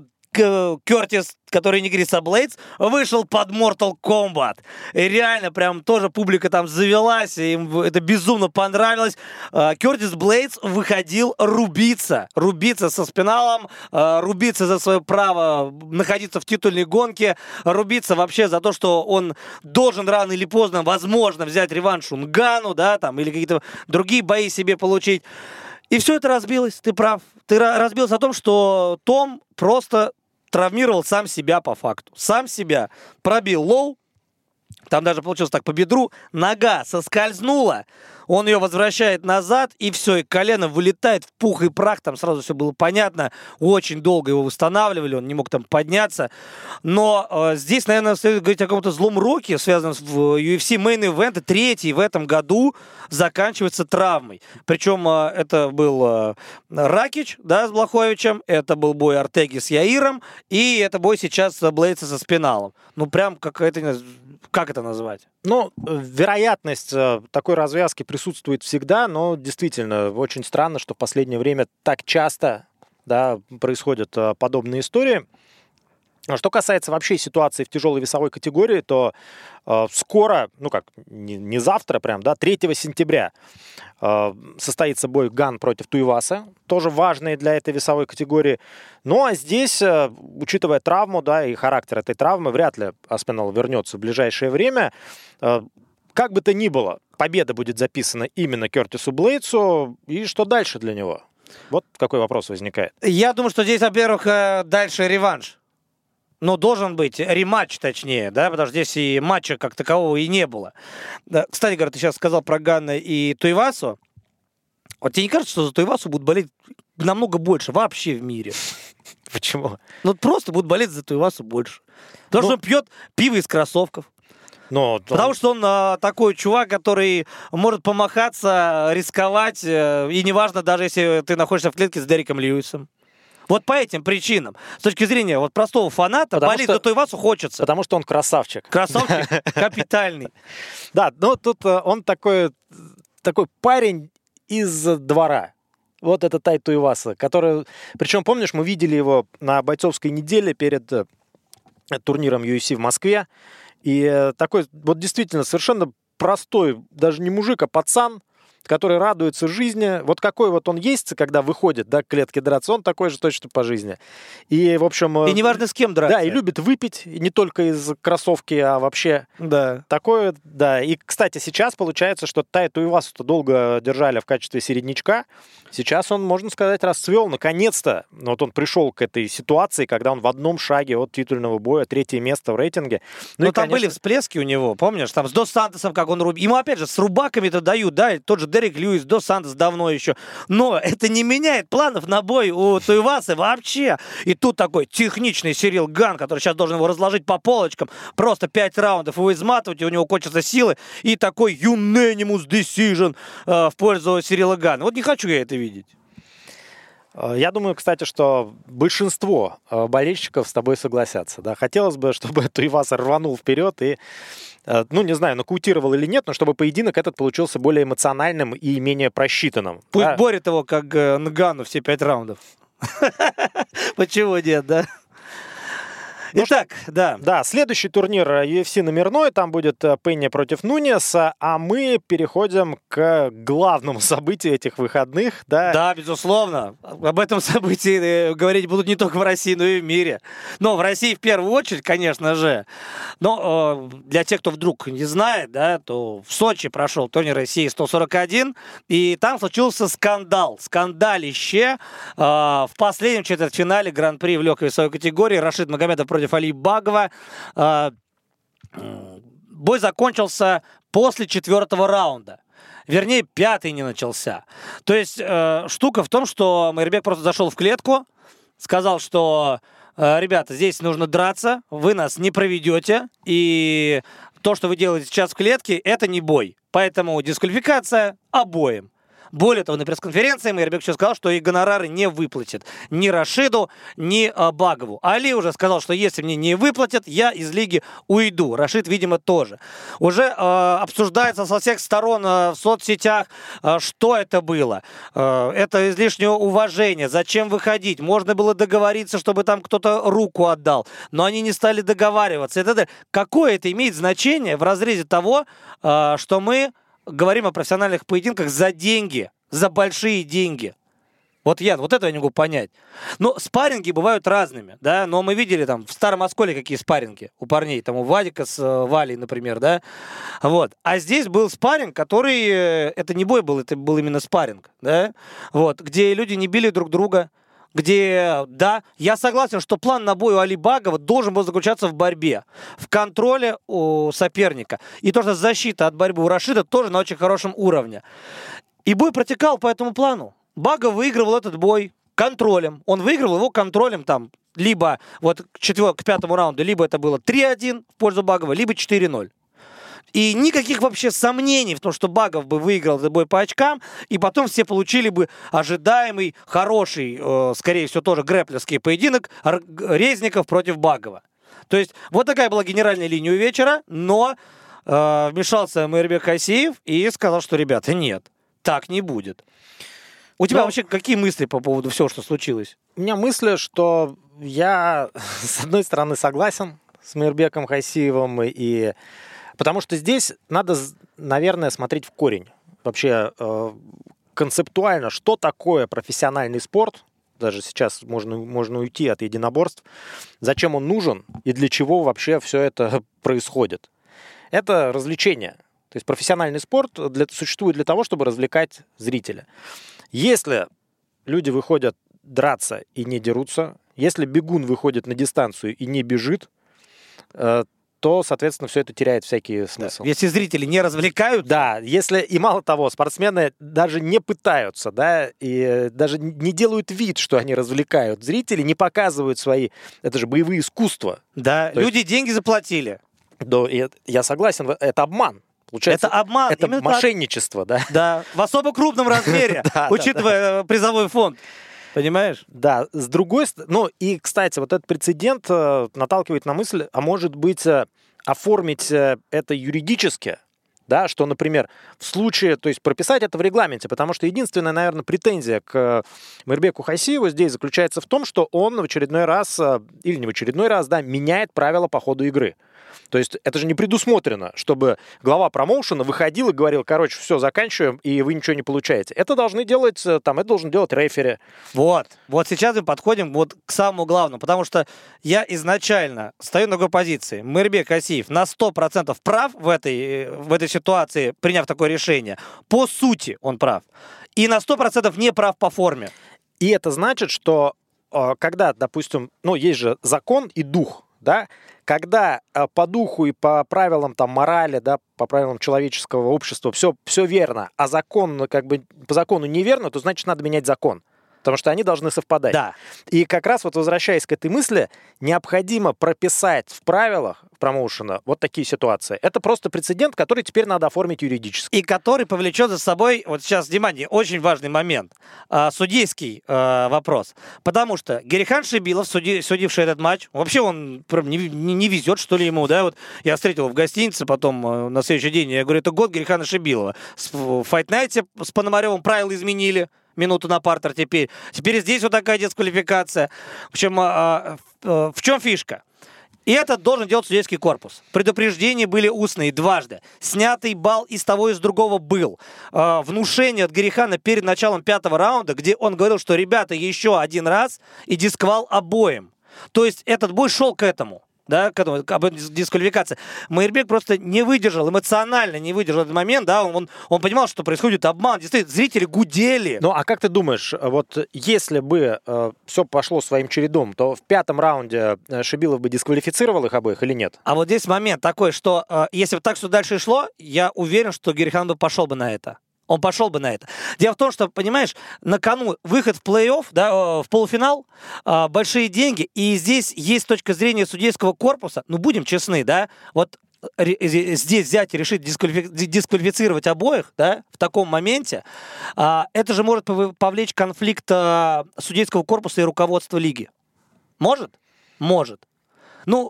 Speaker 1: Кертис, который не Крис, а Блейдс, вышел под Mortal Kombat. И реально, прям тоже публика там завелась, и им это безумно понравилось. Кертис Блейдс выходил рубиться. Рубиться со Спиналом, рубиться за свое право находиться в титульной гонке, рубиться вообще за то, что он должен рано или поздно, возможно, взять реванш у Нгану, да, там, или какие-то другие бои себе получить. И все это разбилось, ты прав. Ты разбился о том, что Том просто травмировал сам себя по факту. Сам себя пробил лоу. Там даже получилось так по бедру. Нога соскользнула. Он ее возвращает назад, и все, и колено вылетает в пух и прах. Там сразу все было понятно. Очень долго его восстанавливали, он не мог там подняться. Но э, здесь, наверное, следует говорить о каком-то злом роке, связанном с ю эф си Main Event. Третий в этом году заканчивается травмой. Причем э, это был э, Ракич, да, с Блаховичем. Это был бой Ортеги с Яиром. И это бой сейчас Блейдса со Спиналом. Ну, прям какая-то... Как это назвать?
Speaker 2: Ну, вероятность такой развязки присутствует всегда, но действительно очень странно, что в последнее время так часто, да, происходят подобные истории. Что касается вообще ситуации в тяжелой весовой категории, то э, скоро, ну как, не, не завтра прям, да, третьего сентября э, состоится бой Ган против Туиваса, тоже важный для этой весовой категории. Ну а здесь, э, учитывая травму, да, и характер этой травмы, вряд ли Аспинал вернется в ближайшее время. Э, как бы то ни было, победа будет записана именно Кертису Блейдсу, и что дальше для него? Вот какой вопрос возникает.
Speaker 1: Я думаю, что здесь, во-первых, дальше реванш. Ну, должен быть рематч, точнее, да, потому что здесь и матча как такового и не было. Да. Кстати говоря, ты сейчас сказал про Ганна и Туивасу. Вот тебе не кажется, что за Туивасу будут болеть намного больше вообще в мире?
Speaker 2: Почему?
Speaker 1: Ну, просто будут болеть за Туивасу больше. Потому ну, что он пьет пиво из кроссовков.
Speaker 2: Но,
Speaker 1: Потому он... что он а, такой чувак, который может помахаться, рисковать, э, и неважно, даже если ты находишься в клетке с Дереком Льюисом. Вот по этим причинам. С точки зрения вот простого фаната, потому болеть что, за Туивасу хочется.
Speaker 2: Потому что он красавчик.
Speaker 1: Красавчик капитальный.
Speaker 2: Да, ну тут он такой, такой парень из двора. Вот это Тай Туиваса, который... Причем, помнишь, мы видели его на бойцовской неделе перед турниром ю эф си в Москве. И такой вот действительно совершенно простой, даже не мужик, а пацан, который радуется жизни. Вот какой вот он есть, когда выходит, да, к клетке драться, он такой же точно по жизни. И, в общем...
Speaker 1: И неважно, с кем драться.
Speaker 2: Да, и любит выпить, и не только из кроссовки, а вообще...
Speaker 1: Да.
Speaker 2: Такое, да. И, кстати, сейчас получается, что Тай Туивасу долго держали в качестве середнячка. Сейчас он, можно сказать, расцвел. Наконец-то вот он пришел к этой ситуации, когда он в одном шаге от титульного боя, третье место в рейтинге. Ну,
Speaker 1: Но
Speaker 2: и,
Speaker 1: там
Speaker 2: конечно...
Speaker 1: были всплески у него, помнишь? Там с Дос Сантосом, как он рубит. Ему, опять же, с рубаками-то дают, да, тот же Дерек Льюис, Дос Сантос давно еще. Но это не меняет планов на бой у Туивасы вообще. И тут такой техничный Сирил Ган, который сейчас должен его разложить по полочкам, просто пять раундов его изматывать, и у него кончатся силы, и такой unanimous decision э, в пользу Сирила Гана. Вот не хочу я это видеть.
Speaker 2: Я думаю, кстати, что большинство болельщиков с тобой согласятся. Да? Хотелось бы, чтобы Туиваса рванул вперед и, ну, не знаю, нокаутировал или нет, но чтобы поединок этот получился более эмоциональным и менее просчитанным.
Speaker 1: Пусть
Speaker 2: да?
Speaker 1: борет его, как э, Нгану, все пять раундов. Почему нет, да? Итак, да.
Speaker 2: Да, следующий турнир ю эф си номерной, там будет Пенни против Нунеса, а мы переходим к главному событию этих выходных. Да,
Speaker 1: да, безусловно. Об этом событии говорить будут не только в России, но и в мире. Но в России в первую очередь, конечно же. Но э, для тех, кто вдруг не знает, да, то в Сочи прошел турнир России сто сорок один, и там случился скандал, скандалище. Э, в последнем четвертьфинале Гран-при в легкой весовой категории Рашид Магомедов против Али Багова. Бой закончился после четвертого раунда. Вернее, пятый не начался. То есть э, штука в том, что Майрбек просто зашел в клетку, сказал, что э, ребята, здесь нужно драться, вы нас не проведете, и то, что вы делаете сейчас в клетке, это не бой. Поэтому дисквалификация обоим. Более того, на пресс-конференции Майрбек еще сказал, что и гонорары не выплатит ни Рашиду, ни а, Багову. Али уже сказал, что если мне не выплатят, я из лиги уйду. Рашид, видимо, тоже. Уже э, обсуждается со всех сторон э, в соцсетях, э, что это было. Э, это излишнее уважение. Зачем выходить? Можно было договориться, чтобы там кто-то руку отдал. Но они не стали договариваться. Это, какое это имеет значение в разрезе того, э, что мы говорим о профессиональных поединках за деньги, за большие деньги. Вот я, вот этого я не могу понять. Но спарринги бывают разными, да, но мы видели там в Старом Осколе какие спарринги у парней, там у Вадика с э, Валей, например, да, вот. А здесь был спарринг, который, э, это не бой был, это был именно спарринг, да, вот, где люди не били друг друга, где, да, я согласен, что план на бой у Али Багова должен был заключаться в борьбе, в контроле у соперника. И то, что защита от борьбы у Рашида тоже на очень хорошем уровне. И бой протекал по этому плану. Багов выигрывал этот бой контролем. Он выигрывал его контролем там, либо вот к, четвер... к пятому раунду, либо это было три один в пользу Багова, либо четыре ноль. И никаких вообще сомнений в том, что Багов бы выиграл этот бой по очкам, и потом все получили бы ожидаемый, хороший, э, скорее всего, тоже грэплерский поединок Резников против Багова. То есть вот такая была генеральная линия у вечера, но э, вмешался Майрбек Хасиев и сказал, что, ребята, нет, так не будет. У тебя но... вообще какие мысли по поводу всего, что случилось?
Speaker 2: У меня мысли, что я, с одной стороны, согласен с Майрбеком Хасиевым, и потому что здесь надо, наверное, смотреть в корень. Вообще э, концептуально, что такое профессиональный спорт. Даже сейчас можно, можно уйти от единоборств. Зачем он нужен и для чего вообще все это происходит. Это развлечение. То есть профессиональный спорт для, существует для того, чтобы развлекать зрителя. Если люди выходят драться и не дерутся, если бегун выходит на дистанцию и не бежит, э, то, соответственно, все это теряет всякий смысл.
Speaker 1: Да. Если зрители не развлекают...
Speaker 2: Да, если, и мало того, спортсмены даже не пытаются, да, и даже не делают вид, что они развлекают зрителей, не показывают свои, это же боевые искусства.
Speaker 1: Да,
Speaker 2: то
Speaker 1: люди
Speaker 2: есть,
Speaker 1: деньги заплатили.
Speaker 2: Да, я согласен, это обман. Получается,
Speaker 1: это обман.
Speaker 2: Это мошенничество, да?
Speaker 1: Да, в особо крупном размере, учитывая призовой фонд. Понимаешь?
Speaker 2: Да, с другой стороны, ну и, кстати, вот этот прецедент э, наталкивает на мысль, а может быть, э, оформить э, это юридически, да, что, например, в случае, то есть прописать это в регламенте, потому что единственная, наверное, претензия к э, Майрбеку Хасиеву здесь заключается в том, что он в очередной раз, э, или не в очередной раз, да, меняет правила по ходу игры. То есть это же не предусмотрено, чтобы глава промоушена выходил и говорил, короче, все, заканчиваем, и вы ничего не получаете. Это должны делать, там, это должен делать рефери.
Speaker 1: Вот. Вот сейчас мы подходим вот к самому главному, потому что я изначально стою на такой позиции. Мирбек Асиев на сто процентов прав в этой, в этой ситуации, приняв такое решение. По сути он прав. И на сто процентов не прав по форме.
Speaker 2: И это значит, что когда, допустим, ну, есть же закон и дух, да, когда по духу и по правилам там морали, да, по правилам человеческого общества все, все верно, а закон, как бы, по закону неверно, то значит надо менять закон. Потому что они должны совпадать.
Speaker 1: Да.
Speaker 2: И как раз вот возвращаясь к этой мысли, необходимо прописать в правилах промоушена вот такие ситуации. Это просто прецедент, который теперь надо оформить юридически.
Speaker 1: И который повлечет за собой, вот сейчас, внимание, очень важный момент, а, судейский а, вопрос. Потому что Герихан Шибилов, суди, судивший этот матч, вообще он не, не, не везет, что ли, ему, да, вот я встретил в гостинице, потом а, на следующий день, я говорю, это год Герихана Шибилова. В Fight Night с Пономаревым правила изменили. Минуту на партер теперь. Теперь здесь вот такая дисквалификация. В общем, а, а, в чем фишка? И это должен делать судейский корпус. Предупреждения были устные дважды. Снятый балл из того и с другого был. А, внушение от Герихана перед началом пятого раунда, где он говорил, что ребята, еще один раз и дисквал обоим. То есть этот бой шел к этому. Да, к этому, к дисквалификации. Мирбек просто не выдержал, эмоционально не выдержал этот момент, да, он, он понимал, что происходит обман, действительно, зрители гудели.
Speaker 2: Ну, а как ты думаешь, вот если бы э, все пошло своим чередом, то в пятом раунде Шибилов бы дисквалифицировал их обоих или нет?
Speaker 1: А вот здесь момент такой, что э, если бы так все дальше шло, я уверен, что Герихан бы пошел бы на это. Он пошел бы на это. Дело в том, что, понимаешь, на кону выход в плей-офф, да, в полуфинал, э, большие деньги, и здесь есть точка зрения судейского корпуса, ну, будем честны, да, вот здесь взять и решить дисквалифи- дисквалифицировать обоих, да, в таком моменте, э, это же может повлечь конфликт э, судейского корпуса и руководства лиги. Может? Может. Ну,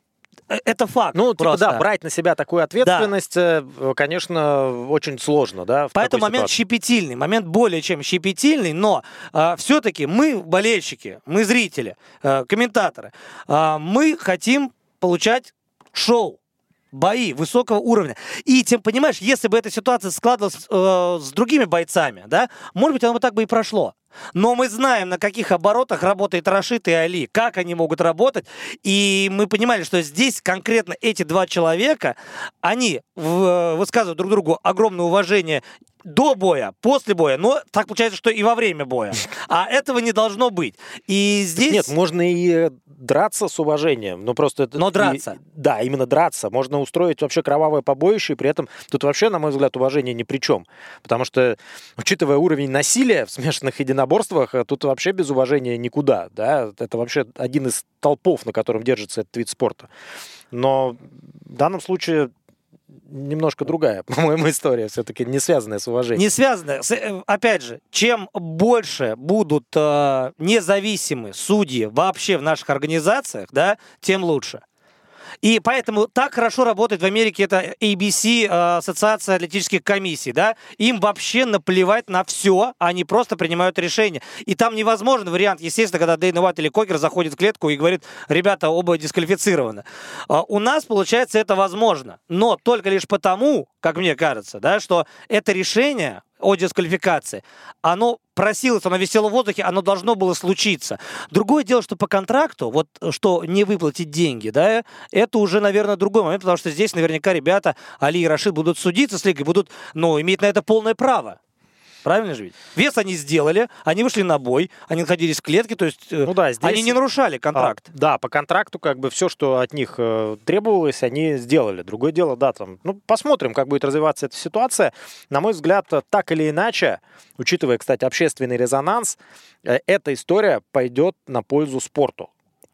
Speaker 1: это факт.
Speaker 2: Ну, типа,
Speaker 1: просто.
Speaker 2: Да, брать на себя такую ответственность, да. конечно, очень сложно, да.
Speaker 1: Поэтому момент ситуации. щепетильный, момент более чем щепетильный, но э, все-таки мы, болельщики, мы зрители, э, комментаторы, э, мы хотим получать шоу. Бои высокого уровня. И, тем понимаешь, если бы эта ситуация складывалась э, с другими бойцами, да, может быть, оно бы так бы и прошло. Но мы знаем, на каких оборотах работает Рашид и Али, как они могут работать. И мы понимали, что здесь конкретно эти два человека, они в, высказывают друг другу огромное уважение до боя, после боя, но так получается, что и во время боя. А этого не должно быть. И здесь...
Speaker 2: Нет, можно и драться с уважением, но просто...
Speaker 1: Но драться.
Speaker 2: И, да, именно драться. Можно устроить вообще кровавое побоище, и при этом тут вообще, на мой взгляд, уважение ни при чем. Потому что, учитывая уровень насилия в смешанных единоборствах, тут вообще без уважения никуда. Да? Это вообще один из столпов, на котором держится этот вид спорта. Но в данном случае... немножко другая, по-моему, история, все-таки не связанная с уважением.
Speaker 1: Не связанная. Опять же, чем больше будут э, независимые судьи вообще в наших организациях, да, тем лучше. И поэтому так хорошо работает в Америке это эй би си, Ассоциация атлетических комиссий, да, им вообще наплевать на все, они просто принимают решения. И там невозможен вариант, естественно, когда Дейна Уайт или Кокер заходит в клетку и говорит, ребята, оба дисквалифицированы. У нас, получается, это возможно, но только лишь потому, как мне кажется, да, что это решение о дисквалификации, оно просилось, оно висело в воздухе, оно должно было случиться. Другое дело, что по контракту, вот что не выплатить деньги, да, это уже, наверное, другой момент, потому что здесь наверняка ребята, Али и Рашид, будут судиться с лигой, будут, ну, иметь на это полное право. Правильно же ведь? Вес они сделали, они вышли на бой, они находились в клетке, то есть ну да, здесь... они не нарушали контракт.
Speaker 2: А, да, по контракту как бы все, что от них э, требовалось, они сделали. Другое дело, да, там, ну, посмотрим, как будет развиваться эта ситуация. На мой взгляд, так или иначе, учитывая, кстати, общественный резонанс, э, эта история пойдет на пользу спорту.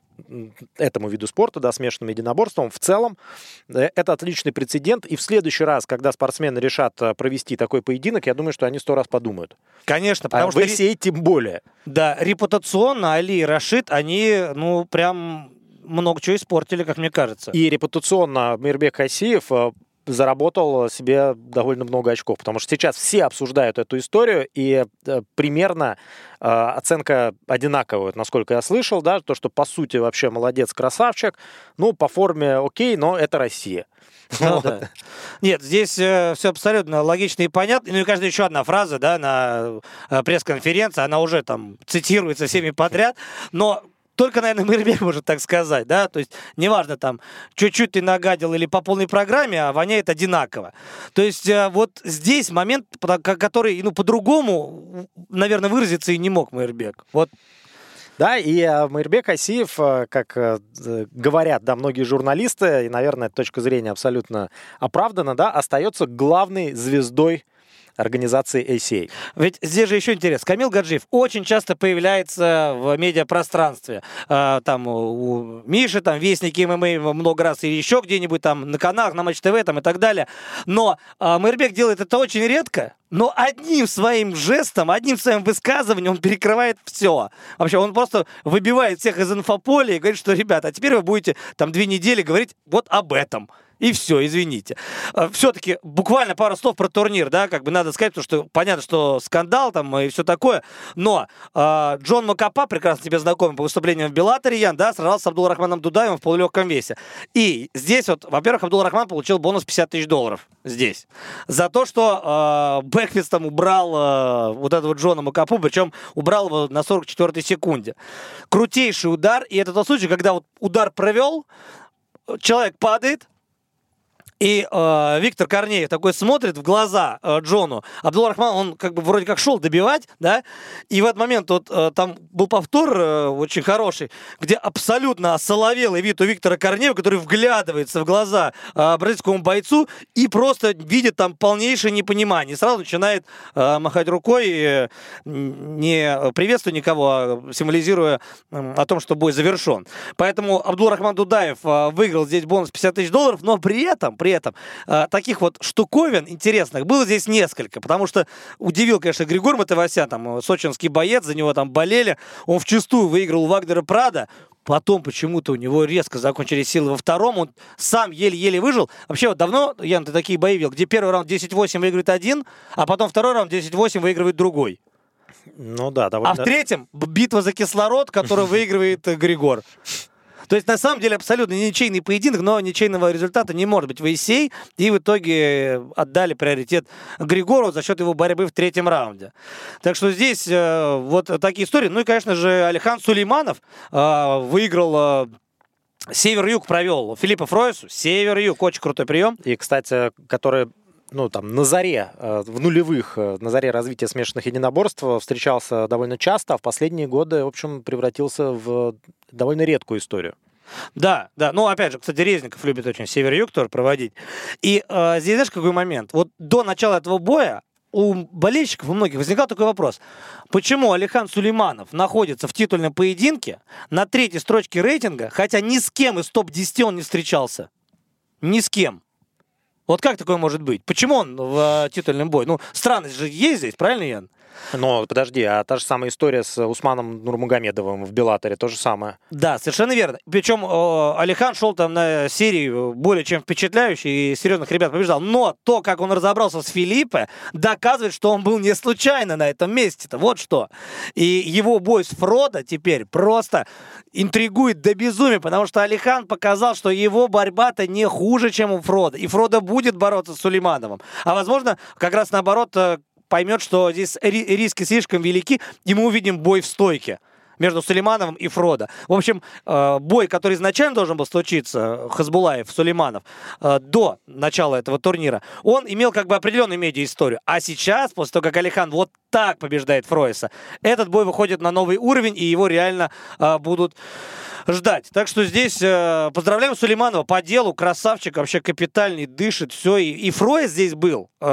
Speaker 2: Этому виду спорта, да, смешанным единоборством. В целом, это отличный прецедент. И в следующий раз, когда спортсмены решат провести такой поединок, я думаю, что они сто раз подумают.
Speaker 1: Конечно, потому
Speaker 2: а
Speaker 1: что...
Speaker 2: в эй си эй тем более.
Speaker 1: Да, репутационно Али и Рашид, они, ну, прям много чего испортили, как мне кажется.
Speaker 2: И репутационно Мирбек Асиев заработал себе довольно много очков, потому что сейчас все обсуждают эту историю, и э, примерно э, оценка одинаковая, насколько я слышал, да, то, что по сути вообще молодец, красавчик, ну, по форме окей, но это Россия.
Speaker 1: Ну,
Speaker 2: Вот.
Speaker 1: да. Нет, здесь э, все абсолютно логично и понятно. Ну и, кажется, еще одна фраза, да, на э, пресс-конференции, она уже там цитируется всеми подряд, но только, наверное, Мейербек может так сказать, да, то есть неважно там, чуть-чуть ты нагадил или по полной программе, а воняет одинаково. То есть э, вот здесь момент, который, ну, по-другому, наверное, выразиться и не мог Мейербек. Вот.
Speaker 2: Да, и Мейербек Асиев, как говорят, да, многие журналисты, и, наверное, эта точка зрения абсолютно оправдана, да, остается главной звездой организации эй си эй.
Speaker 1: Ведь здесь же еще интересно. Камил Гаджиев очень часто появляется в медиапространстве. А, там у Миши, там, Вестники ММА много раз, или еще где-нибудь там на каналах, на Матч ТВ там, и так далее. Но а, Мейербек делает это очень редко, но одним своим жестом, одним своим высказыванием он перекрывает все. Вообще, он просто выбивает всех из инфополя и говорит, что, ребята, а теперь вы будете там две недели говорить вот об этом. И все, извините. Все-таки буквально пару слов про турнир, да, как бы надо сказать, потому что понятно, что скандал там и все такое, но э, Джон Макапа, прекрасно тебе знакомый по выступлениям в Беллаторе, Ян, да, сражался с Абдулрахманом Дудаевым в полулегком весе. И здесь вот, во-первых, Абдулрахман получил бонус пятьдесят тысяч долларов здесь. За то, что э, Бэкфист там убрал э, вот этого Джона Макапу, причем убрал его на сорок четвёртой секунде. Крутейший удар, и это тот случай, когда вот удар провел, человек падает, и э, Виктор Корнеев такой смотрит в глаза э, Джону. Абдулрахман, он как бы вроде как шел добивать, да, и в этот момент вот э, там был повтор э, очень хороший, где абсолютно осоловелый вид у Виктора Корнеева, который вглядывается в глаза э, бразильскому бойцу и просто видит там полнейшее непонимание. И сразу начинает э, махать рукой, э, не приветствуя никого, а символизируя э, о том, что бой завершен. Поэтому Абдулрахман Дудаев э, выиграл здесь бонус пятьдесят тысяч долларов, но при этом, при При этом э, таких вот штуковин интересных было здесь несколько, потому что удивил, конечно, Григор Матевосян, там, сочинский боец, за него там болели, он вчистую выиграл у Вагнера Прада, потом почему-то у него резко закончились силы во втором, он сам еле-еле выжил. Вообще, вот давно, Ян, ты такие бои видел, где первый раунд десять восемь выигрывает один, а потом второй раунд десять восемь выигрывает другой.
Speaker 2: Ну да, довольно...
Speaker 1: А в третьем битва за кислород, которую выигрывает Григор. То есть, на самом деле, абсолютно ничейный поединок, но ничейного результата не может быть в эй си эй. И в итоге отдали приоритет Григору за счет его борьбы в третьем раунде. Так что здесь э, вот такие истории. Ну и, конечно же, Алихан Сулейманов э, выиграл... Э, Север-Юг провел Филиппа Фройсу. Север-Юг, очень крутой прием.
Speaker 2: И, кстати, который... ну, там, на заре, в нулевых, на заре развития смешанных единоборств встречался довольно часто, а в последние годы, в общем, превратился в довольно редкую историю.
Speaker 1: Да, да. Ну, опять же, кстати, Резников любит очень Север-Юг тоже проводить. И э, здесь, знаешь, какой момент? Вот до начала этого боя у болельщиков, у многих возникал такой вопрос. Почему Алихан Сулейманов находится в титульном поединке на третьей строчке рейтинга, хотя ни с кем из топ десять он не встречался? Ни с кем. Вот как такое может быть? Почему он в э, титульном бое? Ну, странность же есть здесь, правильно, Ян?
Speaker 2: Но подожди, а та же самая история с Усманом Нурмагомедовым в Беллаторе, то же самое.
Speaker 1: Да, совершенно верно. Причем э, Алихан шел там на серии более чем впечатляющий и серьезных ребят побеждал. Но то, как он разобрался с Филиппе, доказывает, что он был не случайно на этом месте-то. Вот что. И его бой с Фродо теперь просто интригует до безумия, потому что Алихан показал, что его борьба-то не хуже, чем у Фродо. И Фродо будет бороться с Сулеймановым. А возможно, как раз наоборот, поймет, что здесь риски слишком велики, и мы увидим бой в стойке между Сулеймановым и Фродо. В общем, бой, который изначально должен был случиться, Хасбулаев-Сулейманов, до начала этого турнира, он имел как бы определенную медиа-историю. А сейчас, после того, как Алихан вот так побеждает Фройса, этот бой выходит на новый уровень, и его реально будут ждать. Так что здесь э, поздравляем Сулейманова по делу, красавчик, вообще капитальный, дышит, все. И, и Фройс здесь был э,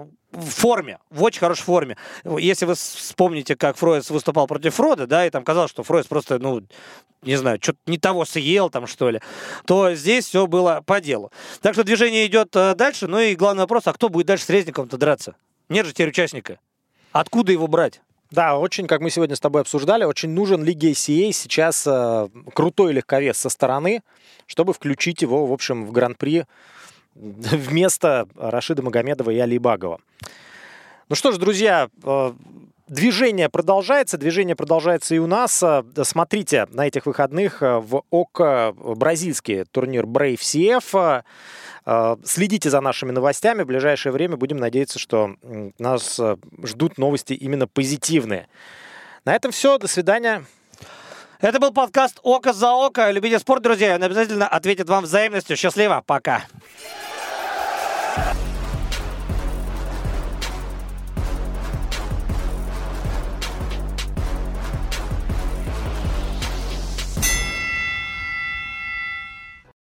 Speaker 1: в форме, в очень хорошей форме. Если вы вспомните, как Фройс выступал против Фродо, да, и там казалось, что Фройс просто, ну, не знаю, что-то не того съел там, что ли, то здесь все было по делу. Так что движение идет э, дальше. Ну и главный вопрос, а кто будет дальше с Резниковым-то драться? Нет же теперь участника. Откуда его брать?
Speaker 2: Да, очень, как мы сегодня с тобой обсуждали, очень нужен Лиге эй си эй сейчас э, крутой легковес со стороны, чтобы включить его, в общем, в Гран-при вместо Рашида Магомедова и Али Багова. Ну что ж, друзья, движение продолжается, движение продолжается и у нас. Смотрите на этих выходных в ОК бразильский турнир Brave си эф. Следите за нашими новостями. В ближайшее время будем надеяться, что нас ждут новости именно позитивные. На этом все. До свидания.
Speaker 1: Это был подкаст «Око за око». Любите спорт, друзья. Он обязательно ответит вам взаимностью. Счастливо. Пока.